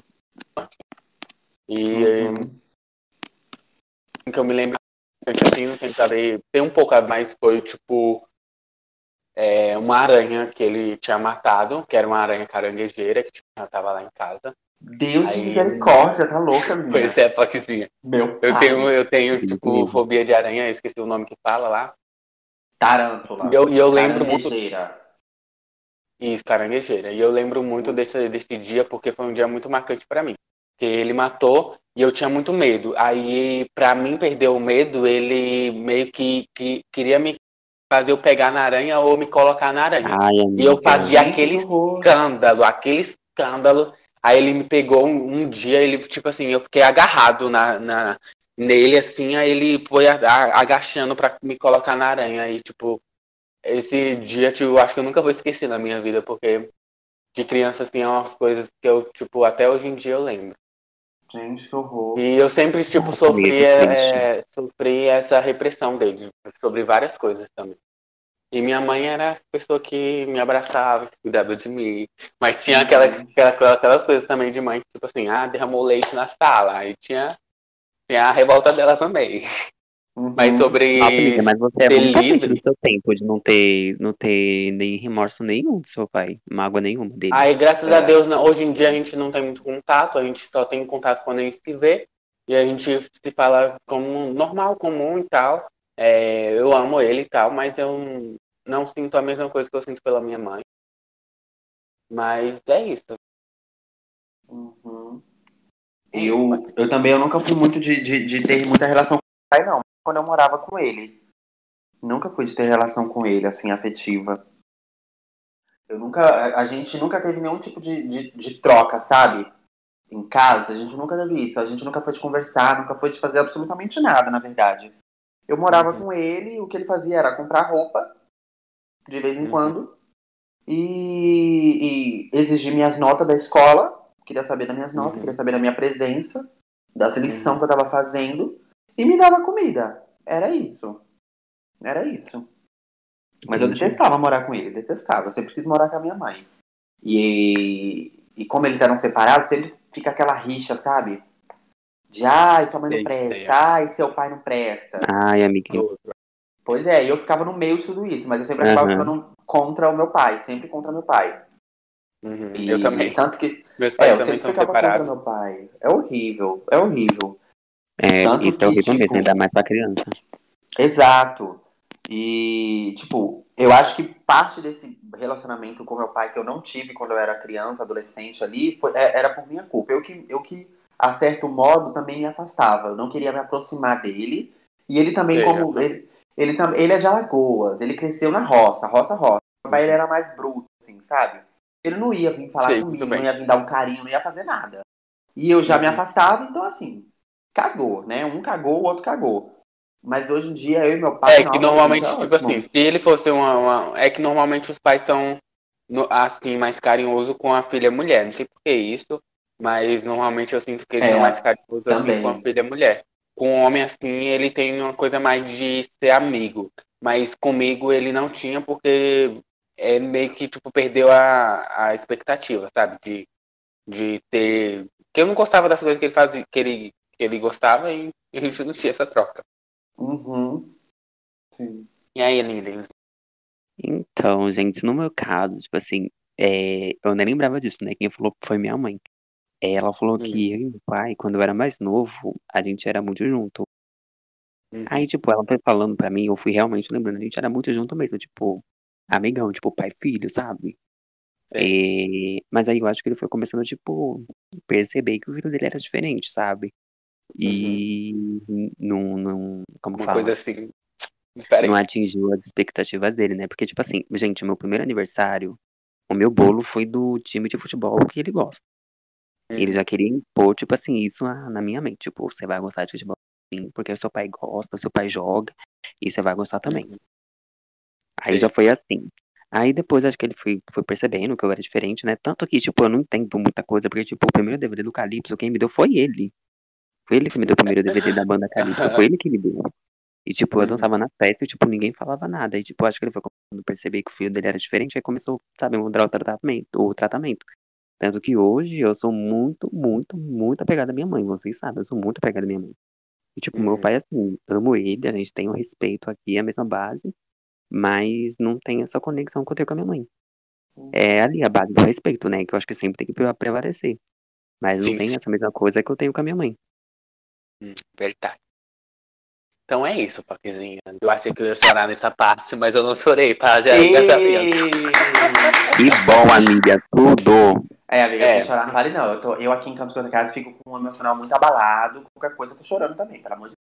e Uhum. que eu me lembro assim, não tenho saber, tem um pouco a mais, foi tipo uma aranha que ele tinha matado, que era uma aranha caranguejeira, que tava lá em casa. Deus de Aí, misericórdia, tá louca, pois menina? é, Foxzinha. Meu Eu tenho, pai. eu tenho, Deus me tipo, livre. fobia de aranha, eu esqueci o nome que fala lá. E Tarântula. eu lembro muito. Caranguejeira. Isso, caranguejeira. E eu lembro muito desse dia, porque foi um dia muito marcante pra mim. Que ele matou e eu tinha muito medo. Aí, pra mim perder o medo, ele meio que queria me fazer eu pegar na aranha ou me colocar na aranha. Ai, E eu amiga. fazia Gente, que horror. aquele escândalo. Aí ele me pegou um dia, ele, tipo assim, eu fiquei agarrado nele, assim, aí ele foi agachando pra me colocar na aranha. E, tipo, esse dia, tipo, eu acho que eu nunca vou esquecer na minha vida, porque de criança, assim, é umas coisas que eu, tipo, até hoje em dia eu lembro. Gente, que horror. E eu sempre, tipo, Nossa, amiga, que triste. sofri essa repressão dele, sobre várias coisas também. E minha mãe era a pessoa que me abraçava, que cuidava de mim. Mas tinha Uhum. aquelas coisas também de mãe, tipo assim, derramou leite na sala. Aí tinha a revolta dela também. Mas Uhum. Nossa, amiga, sobre mas você é ser muito à frente do livre, seu tempo de não ter nem remorso nenhum do seu pai, mágoa nenhuma dele. aí graças a É. Deus, hoje em dia a gente não tem muito contato, a gente só tem contato quando a gente se vê. E a gente se fala como normal, comum e tal. Eu amo ele e tal, mas eu não sinto a mesma coisa que eu sinto pela minha mãe. Mas é isso. Uhum. Eu também eu nunca fui muito de ter muita relação com o pai, não. Quando eu morava com ele. Nunca fui de ter relação com ele, assim, afetiva. Eu nunca. A gente nunca teve nenhum tipo de troca, sabe? Em casa, a gente nunca teve isso. A gente nunca foi de conversar, nunca foi de fazer absolutamente nada, na verdade. Eu morava Uhum, com ele, o que ele fazia era comprar roupa, de vez em uhum, quando, e exigir minhas notas da escola. Queria saber das minhas notas, queria uhum, saber da minha presença, das lições uhum. que eu tava fazendo, e me dava comida. Era isso. Era isso. Mas eu Entendi. detestava morar com ele, detestava. Eu sempre quis morar com a minha mãe. E como eles eram separados, sempre fica aquela rixa, sabe? De ai, sua mãe não Sei, presta, sei. ai, seu pai não presta. Ai, amiga. Pois é, e eu ficava no meio de tudo isso, mas eu sempre acabava Aham. ficando contra o meu pai, sempre contra meu pai. Uhum, eu E também. tanto que. Meus pais Eu também sempre são ficava contra separados. meu pai. É horrível, é horrível. É, Tanto isso é que, horrível mesmo, tipo, ainda mais pra criança. exato. E, tipo, eu acho que parte desse relacionamento com meu pai que eu não tive quando eu era criança, adolescente ali, era por minha culpa. Eu que, a certo modo, também me afastava. Eu não queria me aproximar dele. E ele também, Sei, como. aham. Ele é de Alagoas, ele cresceu na roça, roça, roça. Meu pai ele Uhum. era mais bruto, assim, sabe? Ele não ia vir falar Sei, muito comigo, não bem. ia vir dar um carinho, não ia fazer nada. E eu já me Uhum. afastava, então assim, cagou, né? Um cagou, o outro cagou. Mas hoje em dia, eu e meu pai, É que nossa, a gente é normalmente, tipo assim, ótimo. se ele fosse É que normalmente os pais são, assim, mais carinhosos com a filha mulher. Não sei por que isso, mas normalmente eu sinto que eles são mais É, carinhosos, assim, com a também. filha mulher. Com o homem, assim, ele tem uma coisa mais de ser amigo. Mas comigo ele não tinha, porque meio que, tipo, perdeu a expectativa, sabe? De ter. Que eu não gostava das coisas que ele fazia, que ele gostava e a gente não tinha essa troca. Uhum, sim. E aí, linda? Então, gente, no meu caso, tipo assim, eu nem lembrava disso, né? Quem falou foi minha mãe. Ela falou que eu e meu pai, quando eu era mais novo, a gente era muito junto. Aí, tipo, ela foi falando pra mim, eu fui realmente lembrando, a gente era muito junto mesmo, tipo, amigão, tipo, pai e filho, sabe? Sei. Mas aí eu acho que ele foi começando, tipo, perceber que o filho dele era diferente, sabe? E não, como que Uma fala? coisa assim, Não diferente. atingiu as expectativas dele, né? Porque, tipo assim, gente, meu primeiro aniversário, o meu bolo foi do time de futebol que ele gosta. Ele já queria impor, tipo assim, isso na minha mente. Tipo, você vai gostar de futebol sim, porque seu pai gosta, seu pai joga, e você vai gostar também. Aí já Sei. foi assim. Aí depois acho que ele foi percebendo que eu era diferente, né? Tanto que, tipo, eu não entendo muita coisa, porque, tipo, o primeiro DVD do Calypso, quem me deu foi ele. Foi ele que me deu o primeiro DVD da banda Calypso, foi ele que me deu. E, tipo, eu dançava na festa e, tipo, ninguém falava nada. E, tipo, acho que ele foi começando a perceber que o filho dele era diferente, aí começou, sabe, a mudar o tratamento. Tanto que hoje eu sou muito, muito, muito apegado à minha mãe. Vocês sabem, eu sou muito apegado à minha mãe. E, tipo, meu pai, assim, amo ele, a gente tem o respeito aqui, a mesma base, mas não tem essa conexão que eu tenho com a minha mãe. É ali a base do respeito, né? Que eu acho que sempre tem que prevalecer. Mas não Sim, tem sim. essa mesma coisa que eu tenho com a minha mãe. Verdade. Então é isso, Paquezinha. Eu achei que eu ia chorar nessa parte, mas eu não chorei, tá? Já sabia. Que bom, amiga, tudo. Amiga, porque É, chorar não vale não. Eu aqui em Campos Goytacazes fico com um emocional muito abalado. Qualquer coisa eu tô chorando também, pelo amor de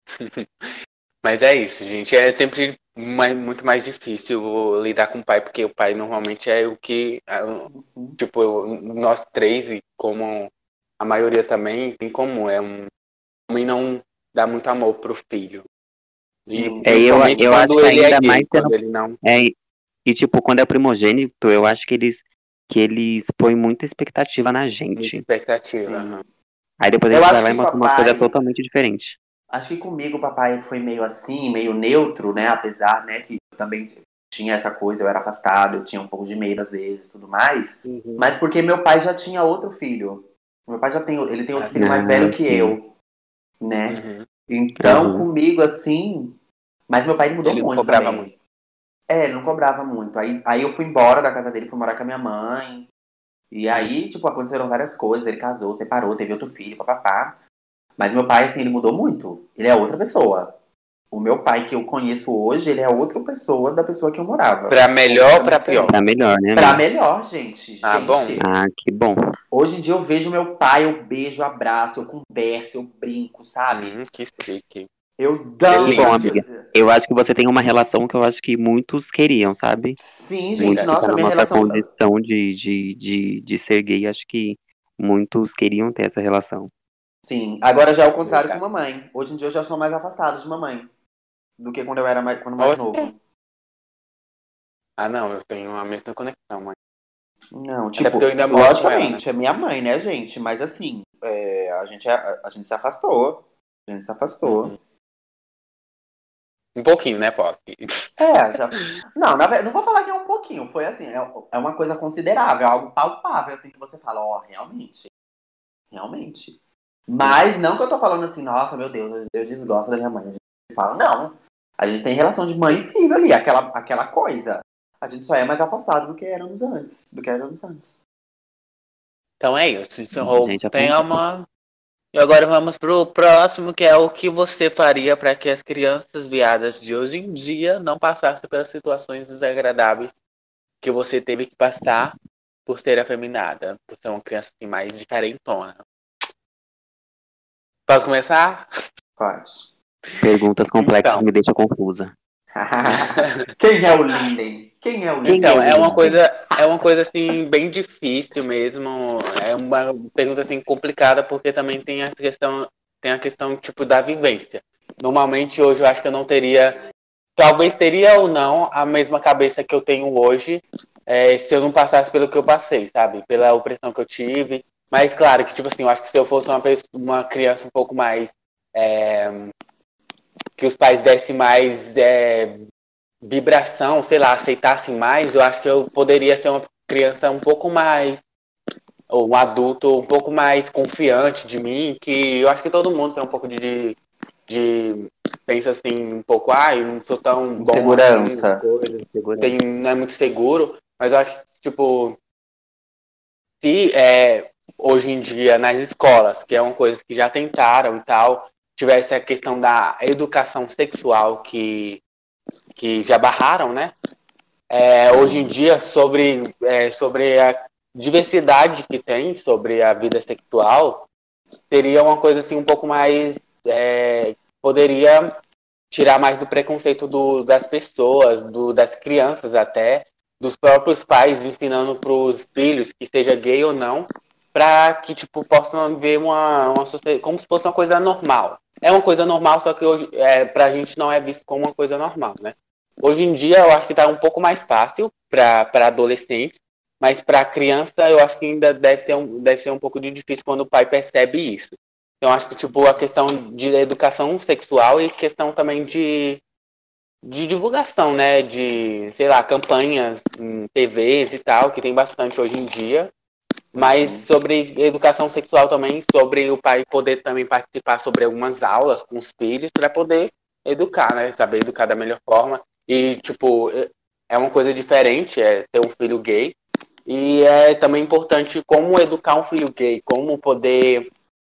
mas é isso, gente. É sempre muito mais difícil lidar com o pai, porque o pai normalmente é o que, Deus. tipo, nós três, e como a maioria também, tem como é um homem não dá muito amor pro filho. E Sim. principalmente Eu acho quando que ele é ainda mais gay, quando sendo. ele não É, e tipo, quando é primogênito, eu acho que eles põem muita expectativa na muita gente. expectativa. Sim. Aham. Aí depois a Eu gente vai acho lá e que mostra uma coisa papai. totalmente diferente. Acho que comigo o papai foi meio assim, meio neutro, né? Apesar, né, que eu também tinha essa coisa, eu era afastado, eu tinha um pouco de medo às vezes e tudo mais. Uhum. Mas porque meu pai já tinha outro filho. Meu pai ele tem outro filho mais Ah, velho que sim. eu, né? Uhum. Então, Aham. comigo assim. Mas meu pai ele mudou Ele não muito cobrava muito. também. Ele não cobrava muito. Aí eu fui embora da casa dele, fui morar com a minha mãe. E aí, tipo, aconteceram várias coisas. Ele casou, separou, teve outro filho, papapá. Mas meu pai, assim, ele mudou muito. Ele é outra pessoa. O meu pai que eu conheço hoje, ele é outra pessoa da pessoa que eu morava. Pra melhor ou pra Completamente pior? Tá diferente. melhor, né, Pra amigo? melhor, gente. Ah, bom. Gente, Ah, que bom. hoje em dia eu vejo meu pai, eu beijo, eu abraço, eu converso, eu brinco, sabe? Que chique. Eu Que danço. bom, Delícia. amiga. Eu acho que você tem uma relação que eu acho que muitos queriam, sabe? Sim, gente, Muitos que tá nossa, na minha nossa relação. condição de ser gay, acho que muitos queriam ter essa relação. Sim, agora já é o contrário com Verdade. mamãe. Hoje em dia eu já sou mais afastado de mamãe do que quando eu era quando mais Oxe. novo. Ah, não, eu tenho a mesma conexão, mãe. Não, Até porque tipo, eu ainda moro com ela, né? logicamente, é minha mãe, né, gente? Mas assim, a gente se afastou. A gente se afastou. Uhum. Um pouquinho, né, Pop? Já. Não, não vou falar que é um pouquinho. Foi assim, é uma coisa considerável, algo palpável, assim, que você fala, ó, realmente, realmente. Mas não que eu tô falando assim, nossa, meu Deus, eu desgosto da minha mãe. A gente fala, não. A gente tem relação de mãe e filho ali, aquela coisa. A gente só é mais afastado do que éramos antes. Então é isso. Encerrou o Gente, acontece. tema. E agora vamos pro próximo, que é o que você faria para que as crianças viadas de hoje em dia não passassem pelas situações desagradáveis que você teve que passar por ser afeminada, por ser uma criança assim, mais diferentona. Posso começar? Pode. Perguntas complexas Então, me deixam confusa. Quem é o Linden? Quem é o Quem é então Linden? o Linden? é uma coisa assim bem difícil mesmo. É uma pergunta assim complicada porque também tem a questão tipo da vivência. Normalmente hoje eu acho que eu não teria, talvez teria ou não a mesma cabeça que eu tenho hoje, se eu não passasse pelo que eu passei, sabe? Pela opressão que eu tive. Mas claro que tipo assim, eu acho que se eu fosse uma criança um pouco mais que os pais dessem mais vibração, sei lá, aceitassem mais, eu acho que eu poderia ser uma criança um pouco mais, ou um adulto um pouco mais confiante de mim, que eu acho que todo mundo tem um pouco de pensa assim, um pouco, eu não sou tão bom Segurança. Assim, não é muito seguro, mas eu acho, tipo, se hoje em dia nas escolas, que é uma coisa que já tentaram e tal, tivesse a questão da educação sexual que já barraram, né? Hoje em dia, sobre a diversidade que tem sobre a vida sexual, seria uma coisa assim um pouco mais. Poderia tirar mais do preconceito das pessoas, das crianças até, dos próprios pais ensinando para os filhos que seja gay ou não, para que tipo possam ver uma como se fosse uma coisa normal. É uma coisa normal, só que hoje para a gente não é visto como uma coisa normal, né? Hoje em dia eu acho que está um pouco mais fácil para adolescentes, mas para criança eu acho que ainda deve ser um pouco de difícil quando o pai percebe isso. Então acho que tipo a questão de educação sexual e questão também de divulgação, né? De, sei lá, campanhas em TVs e tal, que tem bastante hoje em dia. Mas sobre educação sexual também, sobre o pai poder também participar sobre algumas aulas com os filhos para poder educar, né? Saber educar da melhor forma. E, tipo, é uma coisa diferente, ter um filho gay. E é também importante como educar um filho gay, como poder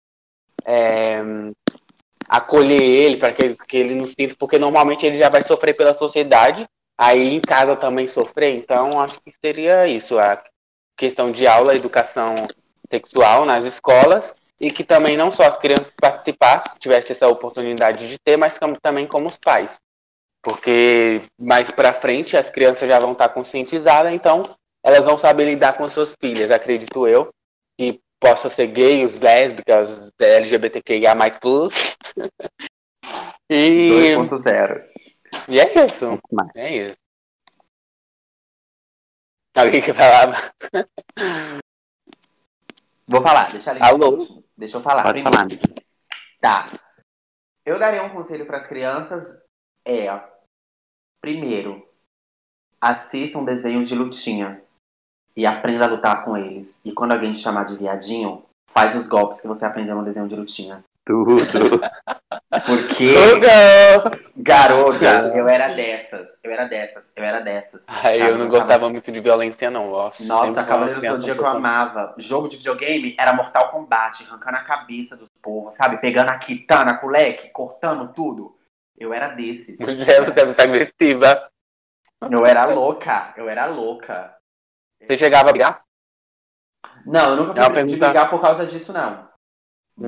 acolher ele para que ele não sinta, porque normalmente ele já vai sofrer pela sociedade, aí em casa também sofrer, então acho que seria isso, a questão de aula, educação sexual nas escolas, e que também não só as crianças participassem, tivessem essa oportunidade de ter, mas também como os pais. Porque mais para frente as crianças já vão estar conscientizadas, então elas vão saber lidar com suas filhas, acredito eu, que possa ser gays, lésbicas, LGBTQIA+. E 2.0. E é isso. É isso. Alguém quer falar? Vou falar, deixa a Alô? Deixa eu falar. Pode primeiro. falar. Tá. Eu daria um conselho para as crianças. Primeiro, assistam desenhos de lutinha e aprenda a lutar com eles. E quando alguém te chamar de viadinho, faz os golpes que você aprendeu no desenho de lutinha. Tudo. Porque, garota, eu era dessas. Eu não gostava muito de violência, não. Nossa, Cavaleiros do Zodíaco eu amava. Jogo de videogame era Mortal Kombat, arrancando a cabeça dos povos, sabe? Pegando a kitana com o leque, cortando tudo. Eu era desses. Mulher, você é muito agressiva. Eu era louca. Você chegava a brigar? Não, eu nunca fui de brigar por causa disso, não. Uhum.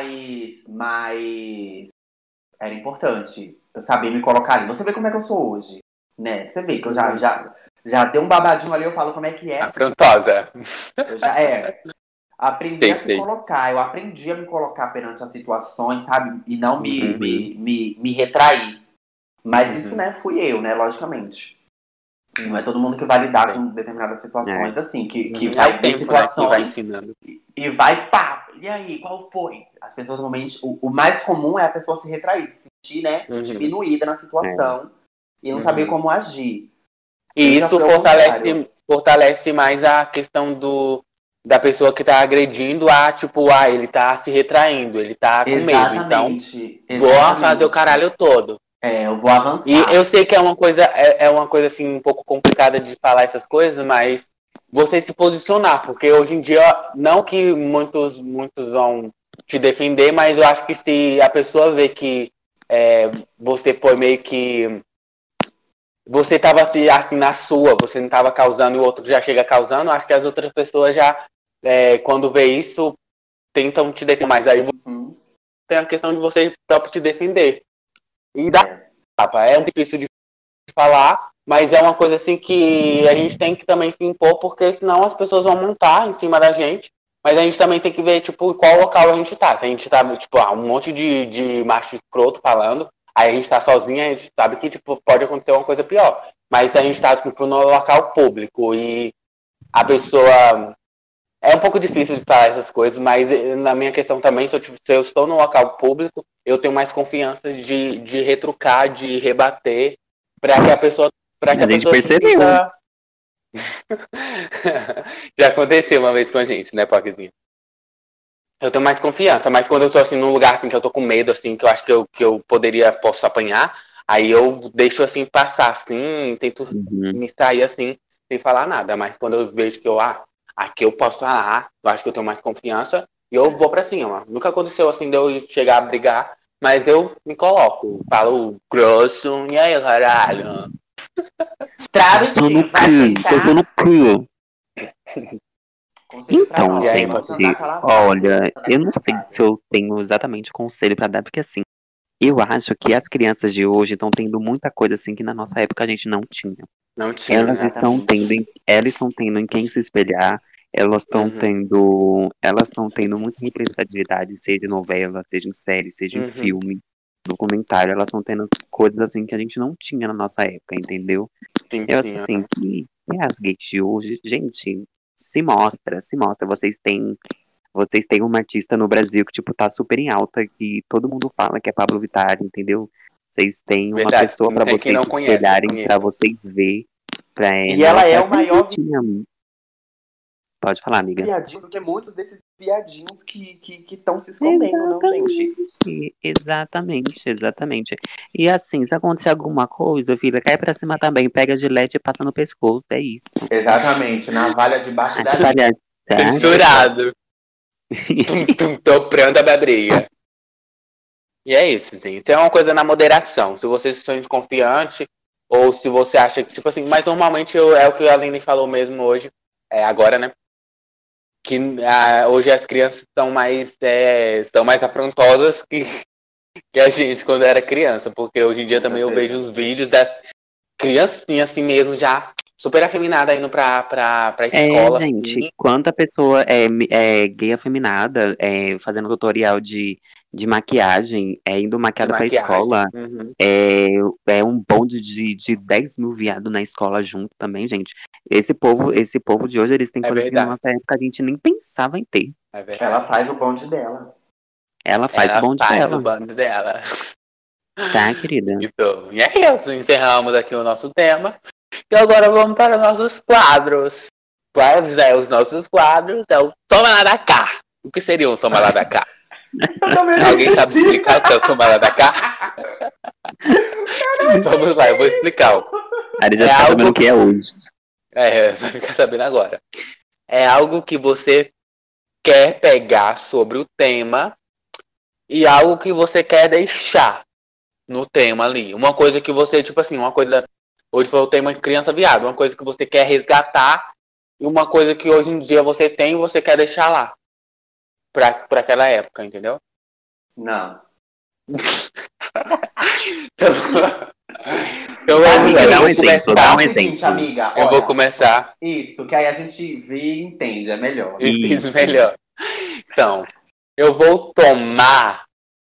Mas era importante eu saber me colocar ali. Você vê como é que eu sou hoje, né? Você vê que eu já dei um babadinho ali, eu falo como é que é. Afrontosa. Eu já aprendi a se colocar. Eu aprendi a me colocar perante as situações, sabe? E não me retrair. Mas isso, né, fui eu, né? Logicamente. Não é todo mundo que vai lidar com determinadas situações, assim, que vai ter situações, né, vai ensinando. E vai, pá, e aí, qual foi? As pessoas, normalmente, o mais comum é a pessoa se retrair, se sentir, né, diminuída na situação e não saber como agir. E isso fortalece mais a questão da pessoa que tá agredindo ele tá se retraindo, ele tá com medo. Então, vou fazer o caralho todo. Eu vou avançar. E eu sei que é uma coisa assim, um pouco complicada de falar essas coisas, mas você se posicionar, porque hoje em dia, não que muitos vão te defender, mas eu acho que se a pessoa vê que você foi meio que... Você estava assim na sua, você não estava causando e o outro já chega causando, acho que as outras pessoas já, quando vê isso, tentam te defender mais. Aí tem a questão de você próprio te defender. E é difícil de falar, mas é uma coisa assim que a gente tem que também se impor, porque senão as pessoas vão montar em cima da gente. Mas a gente também tem que ver, tipo, qual local a gente tá. Se a gente tá, tipo, um monte de macho escroto falando, aí a gente tá sozinho, a gente sabe que, tipo, pode acontecer uma coisa pior. Mas se a gente tá, tipo, no local público e a pessoa... É um pouco difícil de falar essas coisas, mas na minha questão também, se eu estou no local público, eu tenho mais confiança de retrucar, de rebater, para que a pessoa... A gente percebeu. Já aconteceu uma vez com a gente, né, Poquezinha? Eu tenho mais confiança, mas quando eu tô assim num lugar assim que eu tô com medo, assim, que eu acho que eu posso apanhar, aí eu deixo assim passar, assim, tento Uhum. me extrair assim, sem falar nada. Mas quando eu vejo que aqui eu posso falar, eu acho que eu tenho mais confiança e eu vou pra cima. Nunca aconteceu assim de eu chegar a brigar, mas eu me coloco, falo grosso, e aí, caralho? Passou no Travesti, vai cu, passou no sentar? cu. Conselho pra Então, E nós, aí, vamos pode andar gente, com a lavada, olha, vamos andar eu com não a sei se lavada. eu tenho exatamente conselho pra dar, porque assim, eu acho que as crianças de hoje estão tendo muita coisa assim que na nossa época a gente não tinha. não tinha, Elas né? estão tendo, Exatamente. elas estão tendo em quem se espelhar, Uhum, elas estão tendo muita representatividade, seja em novela, seja em série, seja em uhum. filme, documentário, elas estão tendo coisas assim que a gente não tinha na nossa época, entendeu? Sim, Eu acho sim. assim que as gays de hoje, gente, se mostra, vocês têm uma artista no Brasil que, tipo, tá super em alta, que todo mundo fala que é Pablo Vittar, entendeu? Vocês têm uma Verdade. pessoa Não pra tem quem vocês não se conhece, eu espelharem, conheço. pra vocês ver. E ela Nossa, é o até a maior tinha. Pode falar, amiga. viadinho do que muitos desses viadinhos que estão se escondendo, não, gente? Exatamente. E assim, se acontecer alguma coisa, filha, cai pra cima também, pega a gilete e passa no pescoço, é isso. Exatamente, navalha debaixo da Acho língua. palhaçada. Censurado. Tô pronta pra briga. E é isso, gente. Isso é uma coisa na moderação. Se você se sente confiante, ou se você acha que, tipo assim, mas normalmente é o que a Aline falou mesmo hoje, agora, né? Que hoje as crianças estão mais afrontosas que a gente quando era criança. Porque hoje em dia Com também eu vejo certeza. os vídeos das criancinhas assim mesmo, já super afeminadas indo pra É, escola, gente, assim, quanta pessoa é gay afeminada, fazendo tutorial de maquiagem, indo de maquiada pra maquiagem. escola, Uhum. é um bonde de 10 mil viados na escola junto também, gente. Esse povo de hoje, eles têm É coisas que na verdade, nossa época a gente nem pensava em ter. é Ela verdade. faz o bonde dela. Ela faz o Ela bonde faz o dela, bando dela. tá, querida? Então, e é isso. Encerramos aqui o nosso tema. E agora vamos para os nossos quadros. Quais é os nossos quadros? É o Toma lá da cá. O que seria um Toma lá da cá? Eu também não Alguém sabe entendi. explicar o que é o Toma lá da cá? Vamos lá, eu vou explicar. A Ari já É tá sabendo o algo. que é hoje. Vai ficar sabendo agora. É algo que você quer pegar sobre o tema e algo que você quer deixar no tema ali. Uma coisa que você, tipo assim, uma coisa. Hoje foi o tema criança viado. Uma coisa que você quer resgatar e uma coisa que hoje em dia você tem e você quer deixar lá. Pra aquela época, entendeu? Não. Então, então Faz o vamos lá, eu Amiga, dá um vou seguinte, exemplo, dá faz um o começar. seguinte, exemplo. amiga. Eu vou Olha, começar isso, que aí a gente vê e entende, é melhor. e entendo Isso. melhor. Então, eu vou tomar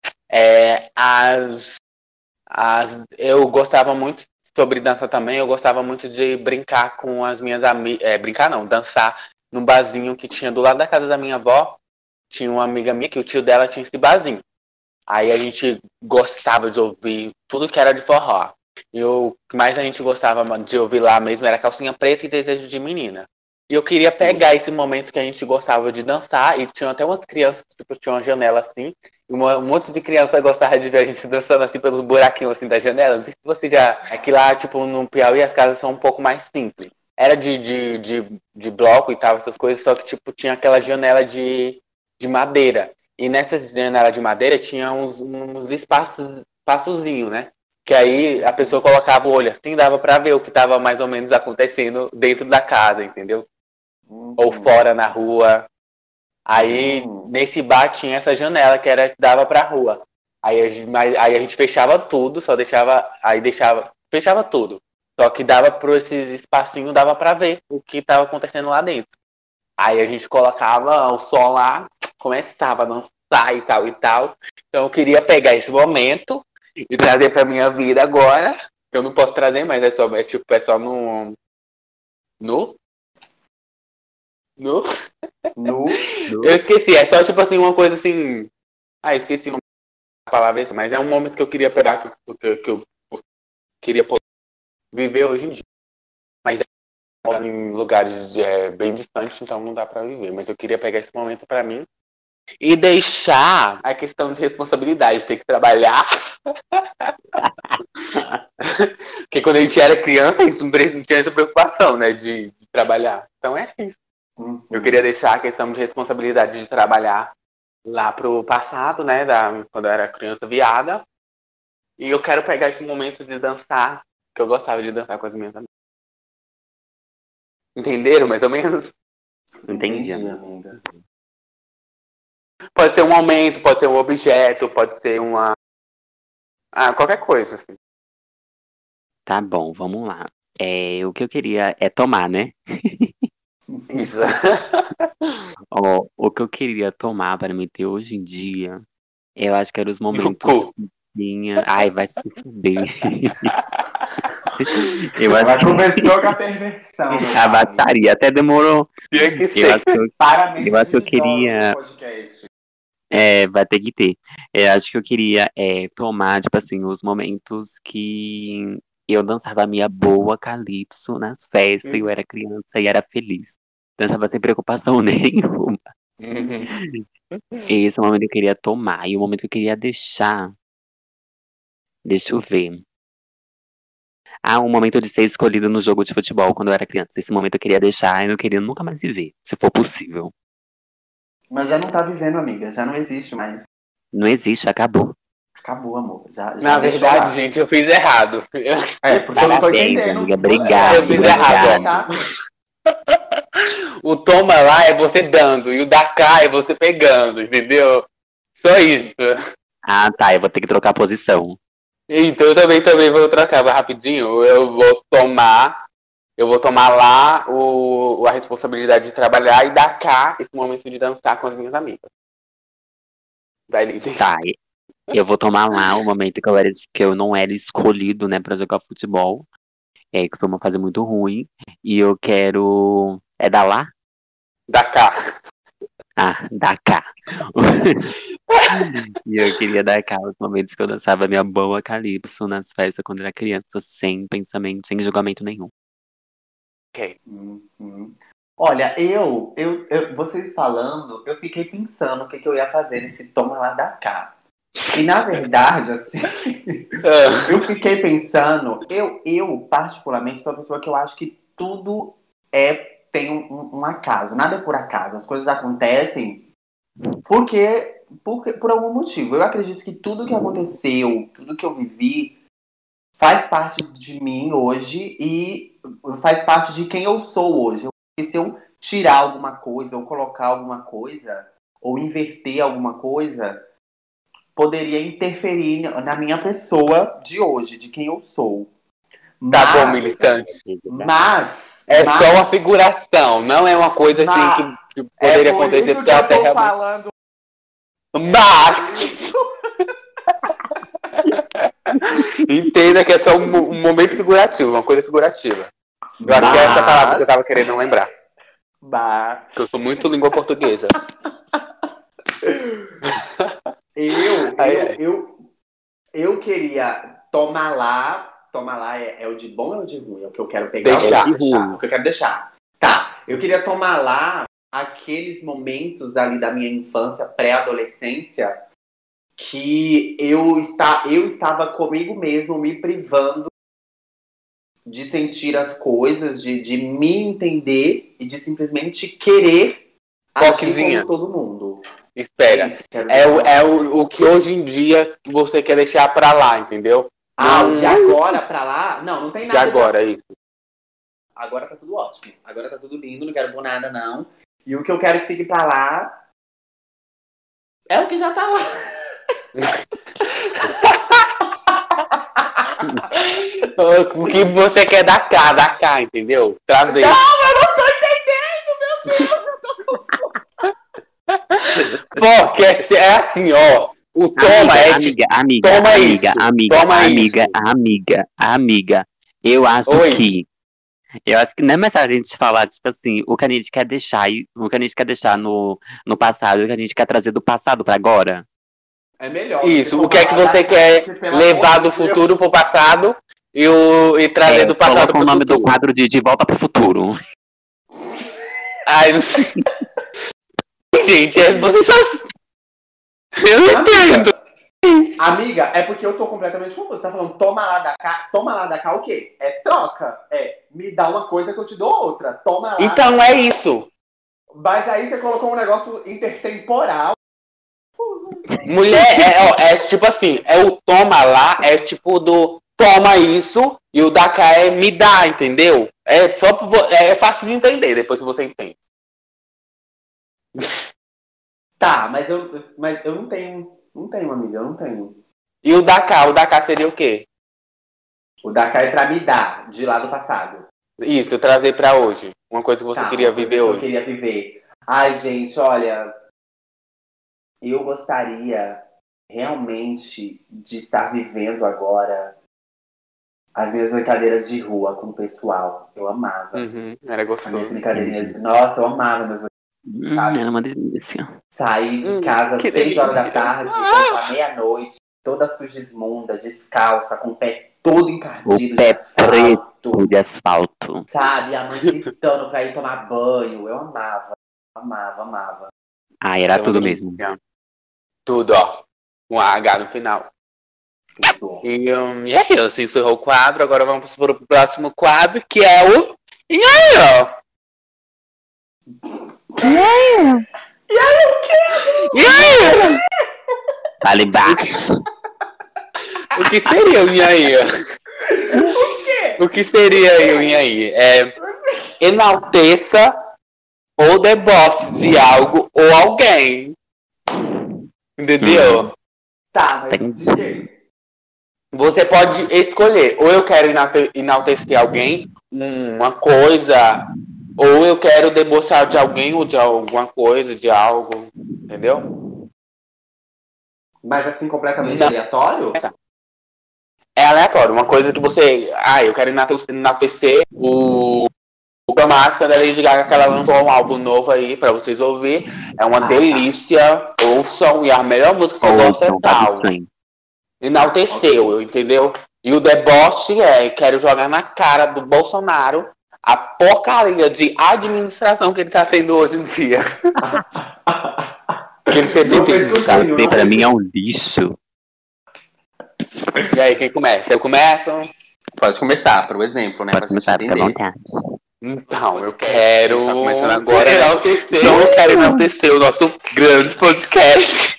eu gostava muito sobre dança também, eu gostava muito de brincar com as minhas amigas. Brincar não, dançar num barzinho que tinha do lado da casa da minha avó. Tinha uma amiga minha que o tio dela tinha esse barzinho. Aí a gente gostava de ouvir tudo que era de forró. E o que mais a gente gostava de ouvir lá mesmo era Calcinha Preta e Desejo de Menina. E eu queria pegar esse momento que a gente gostava de dançar, e tinha até umas crianças, tipo, tinha uma janela assim, e um monte de criança gostava de ver a gente dançando assim pelos buraquinhos assim da janela. Não sei se você já. Aqui lá, tipo, no Piauí as casas são um pouco mais simples. Era de bloco e tal, essas coisas, só que, tipo, tinha aquela janela de madeira. E nessa janela de madeira tinha uns espaçozinhos, né? Que aí a pessoa colocava o olho assim, dava pra ver o que tava mais ou menos acontecendo dentro da casa, entendeu? Ou Uhum. fora na rua. Aí Uhum. nesse bar tinha essa janela que dava pra rua. Aí a gente fechava tudo, só deixava. Aí deixava. Fechava tudo. Só que dava por esses espacinhos, dava pra ver o que tava acontecendo lá dentro. Aí a gente colocava o som lá, começava a dançar e tal e tal. Então eu queria pegar esse momento e trazer pra minha vida agora. Eu não posso trazer, mas é só no, no. Nu. Eu esqueci, é só tipo assim, uma coisa assim. Ah, esqueci uma palavra, mas é um momento que eu queria pegar, que eu queria poder viver hoje em dia. Mas moro em lugares bem distantes, então não dá pra viver. Mas eu queria pegar esse momento pra mim E deixar a questão de responsabilidade, ter que trabalhar. Porque quando a gente era criança, a gente não tinha essa preocupação, né, de trabalhar. Então é isso. Eu queria deixar a questão de responsabilidade de trabalhar lá pro passado, né, quando eu era criança viada. E eu quero pegar esse momento de dançar, que eu gostava de dançar com as minhas amigas. Entenderam, mais ou menos? Entendi, amiga. Pode ser um momento, pode ser um objeto, pode ser uma... qualquer coisa, assim. Tá bom, vamos lá. O que eu queria é tomar, né? Isso. Ó, o que eu queria tomar para me ter hoje em dia, eu acho que eram os momentos que tinha... Ai, vai se fuder. Ela começou com a perversão. A baixaria até demorou. Tinha que ser. Eu acho que eu queria... vai ter que ter. Eu acho que eu queria tomar, tipo assim, os momentos que eu dançava a minha boa calypso nas festas, eu era criança e era feliz. Dançava sem preocupação nenhuma. Esse é o momento que eu queria tomar. E o momento que eu queria deixar... Deixa eu ver. O momento de ser escolhido no jogo de futebol quando eu era criança. Esse momento eu queria deixar e não queria nunca mais viver, se for possível. Mas já não tá vivendo, amiga. Já não existe mais. Não existe, acabou. Acabou, amor. Já Na verdade, lá. gente, eu fiz errado. Porque eu não tô entendendo. Amiga, obrigado. Eu fiz errado. O toma lá é você dando, e o da cá é você pegando, entendeu? Só isso. Tá, eu vou ter que trocar a posição. Então eu também vou trocar rapidinho. Eu vou tomar lá a responsabilidade de trabalhar e dar cá esse momento de dançar com as minhas amigas. Vai, Líder. Tá, eu vou tomar lá o momento que eu não era escolhido, né, pra jogar futebol. Que foi uma fase muito ruim. E eu quero... É dar lá? Da cá. Da cá. E eu queria dar cá os momentos que eu dançava minha boa calypso nas festas quando era criança, sem pensamento, sem julgamento nenhum. Ok. Olha, vocês falando, eu fiquei pensando o que eu ia fazer nesse toma lá da cá. E na verdade, assim, eu fiquei pensando, eu particularmente sou uma pessoa que eu acho que tudo tem um acaso, nada é por acaso, as coisas acontecem por algum motivo. Eu acredito que tudo que aconteceu, tudo que eu vivi, faz parte de mim hoje e faz parte de quem eu sou hoje. E se eu tirar alguma coisa, ou colocar alguma coisa, ou inverter alguma coisa, poderia interferir na minha pessoa de hoje, de quem eu sou. Tá bom, militante. Mas só uma figuração, não é uma coisa assim que poderia acontecer porque ela realmente... falando. Mas entenda que é só um momento figurativo, uma coisa figurativa. Eu acho que é essa palavra que eu tava querendo lembrar. Porque eu sou muito língua portuguesa. Eu queria tomar lá é o de bom ou o de ruim? É o que eu quero pegar. Deixar. O que eu quero deixar. Tá, eu queria tomar lá aqueles momentos ali da minha infância, pré-adolescência, que eu estava comigo mesmo, me privando de sentir as coisas, de me entender e de simplesmente querer agir como todo mundo. Espera, o que hoje em dia você quer deixar pra lá, entendeu? De agora pra lá? Não tem nada. De agora, isso. Agora tá tudo ótimo. Agora tá tudo lindo, não quero por nada, não. E o que eu quero que fique pra lá é o que já tá lá. O que você quer dar cá, entendeu? Trazer. Não, eu não tô entendendo, meu Deus! Porque é assim, ó. O toma amiga. Eu acho que não é mais a gente falar, tipo assim, o que a gente quer deixar no passado, o que a gente quer trazer do passado pra agora. É melhor. Isso, o que é que você quer levar do futuro pro passado e trazer do passado pro futuro. O nome do quadro de Volta pro Futuro. Ai, não sei. Gente, vocês só... Eu não entendo. Amiga, é porque eu tô completamente confusa. Você tá falando toma lá da cá o quê? É troca? É, me dá uma coisa que eu te dou outra. Toma lá. Então é isso. Mas aí você colocou um negócio intertemporal. Mulher, é tipo assim, é o toma lá, é tipo do toma isso, e o da cá é me dá, entendeu? É fácil de entender, depois que você entende. Tá, mas eu não tenho. Não tenho, amiga, eu não tenho. E o da cá seria o quê? O da cá é pra me dar, de lá do passado. Isso, trazer pra hoje. Uma coisa que você queria uma coisa viver que hoje. eu queria viver. Ai, gente, olha. Eu gostaria realmente de estar vivendo agora as minhas brincadeiras de rua com o pessoal. Eu amava. Era As minhas gostoso. brincadeirinhas. Nossa, eu amava meus Era uma delícia. sair de casa às que 6 horas da delícia. tarde, voltar meia-noite, toda suja esmunda, descalça, com o pé todo encardido O de pé asfalto. De asfalto. Sabe? A mãe gritando pra ir tomar banho. Eu amava. Amava. Ah, era É uma tudo delícia. mesmo. Tudo, ó. Um H no final. Tudo. E é isso, encerrou o quadro. Agora vamos para o próximo quadro, que é o. E aí, ó? E aí? Fale baixo. O que seria o e aí? O que seria o e aí? É enalteça ou deboche de algo ou alguém. Entendeu? Tá, mas Entendi. de quê? Você pode escolher. Ou eu quero enaltecer alguém, uma coisa, ou eu quero debochar de alguém ou de alguma coisa, de algo. Entendeu? Mas assim, completamente Não. aleatório? É aleatório. Uma coisa que você. Ah, eu quero enaltecer o Damasco da Lady Gaga, que ela lançou um álbum novo aí pra vocês ouvir. É uma delícia. Ouçam. E a melhor música que eu gosto é tal. Enalteceu, entendeu? E o deboche quero jogar na cara do Bolsonaro a porcaria de administração que ele tá tendo hoje em dia. Que ele sempre Não tem. fez cursinho, não Pra fez mim é um lixo. E aí, quem começa? Eu começo? Pode começar, por exemplo, né? Pode pra gente começar, fica à entender. vontade. Então, eu quero. Tá começando agora, né? enaltecer. Então, eu quero enaltecer o nosso grande podcast.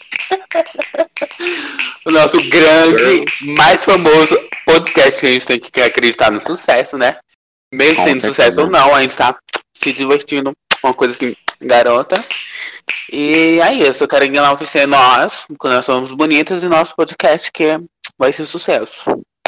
O nosso grande, mais famoso podcast, que a gente tem que acreditar no sucesso, né? Mesmo Com sendo certeza. sucesso ou não, a gente tá se divertindo, uma coisa assim, garota. E é isso, eu quero enaltecer nós, porque nós somos bonitas, e nosso podcast que vai ser sucesso.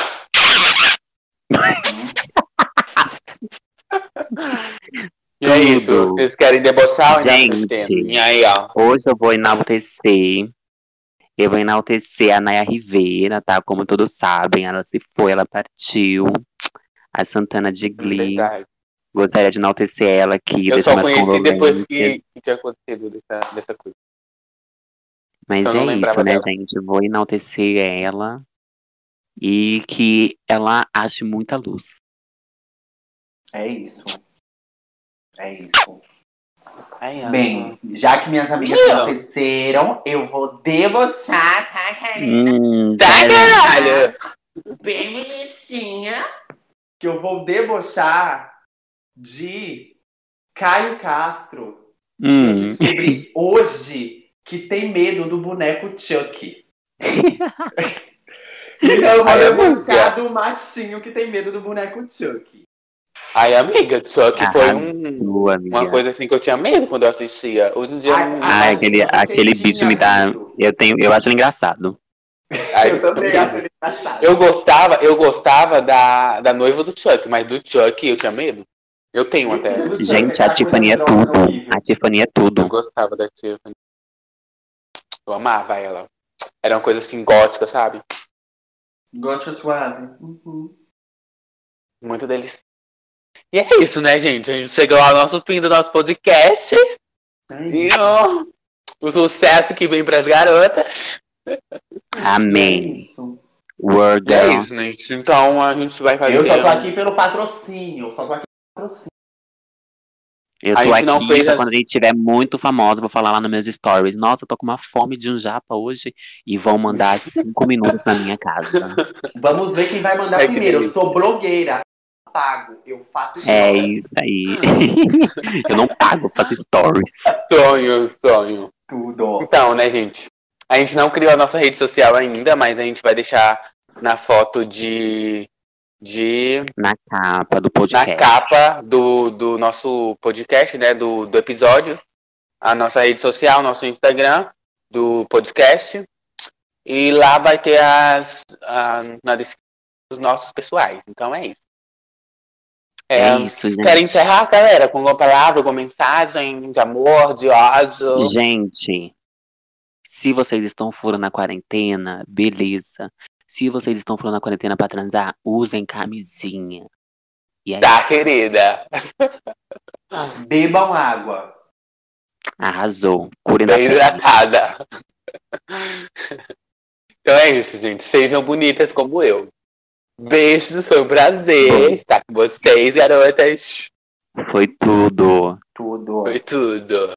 E é isso, Tudo. vocês querem debochar ou Gente. enaltecer? E aí, ó. Hoje eu vou enaltecer. Eu vou enaltecer a Naya Rivera, tá? Como todos sabem, ela se foi, ela partiu. A Santana de Glee. Verdade. Gostaria de enaltecer ela aqui. Eu deixar só minhas conheci depois condolências. que tinha acontecido dessa coisa. Mas eu não é lembrava isso, né, dela. gente? Eu vou enaltecer ela. E que ela ache muita luz. É isso. É isso. Ai, Bem, já que minhas amigas Ih, ó. enalteceram, eu vou debochar, tá, Karina? Tá, caralho! Bem bonitinha. Que eu vou debochar de Caio Castro. Eu descobri hoje que tem medo do boneco Chuck. Então eu vou Ai, debochar amiga. do machinho que tem medo do boneco Chuck. Ai, amiga, só que foi Arrasou, amiga. uma coisa assim que eu tinha medo quando eu assistia. Hoje em dia eu não. Ah, aquele Você bicho tinha me dá. medo? Eu acho ele engraçado. Ai, Eu também acho ele engraçado. Eu gostava da noiva do Chuck, mas do Chuck eu tinha medo. Eu tenho E o até. filho do Chuck, Gente, a aquela Tiffany é coisa grossa, tudo. horrível. A Tiffany é Eu tudo. gostava da Tiffany. Eu amava ela. Era uma coisa assim gótica, sabe? Gotcha suave. Uhum. Muito delicioso. E é isso, né, gente? A gente chegou ao nosso fim do nosso podcast. E ó, o sucesso que vem pras garotas. Amém. É isso. Word E é girl. isso, gente. Então a gente vai fazer. Eu só tô aqui pelo patrocínio. Eu A tô gente não aqui, fez pra as- quando a gente tiver muito famosa, vou falar lá nos meus stories. Nossa, eu tô com uma fome de um japa hoje. E vão mandar 5 minutos na minha casa. Vamos ver quem vai mandar É que primeiro. Eu delícia. sou blogueira. Pago. Eu faço É stories. isso aí. Eu não pago, eu faço stories. Sonho. Tudo. Então, né, gente? A gente não criou a nossa rede social ainda, mas a gente vai deixar na foto Na capa do na podcast. capa do nosso podcast, né? Do episódio. A nossa rede social, nosso Instagram do podcast. E lá vai ter na descrição dos nossos pessoais. Então é isso. É isso, Vocês gente. querem encerrar, galera? Com alguma palavra, alguma mensagem de amor, de ódio? Gente, se vocês estão fora na quarentena, beleza. Se vocês estão fora na quarentena pra transar, usem camisinha. E aí, Tá, querida. Bebam água. arrasou. Cure da Bem pele. hidratada. Então é isso, gente. Sejam bonitas como eu. Beijos, foi um prazer estar com vocês, garotas. Foi tudo. Tudo. Foi tudo.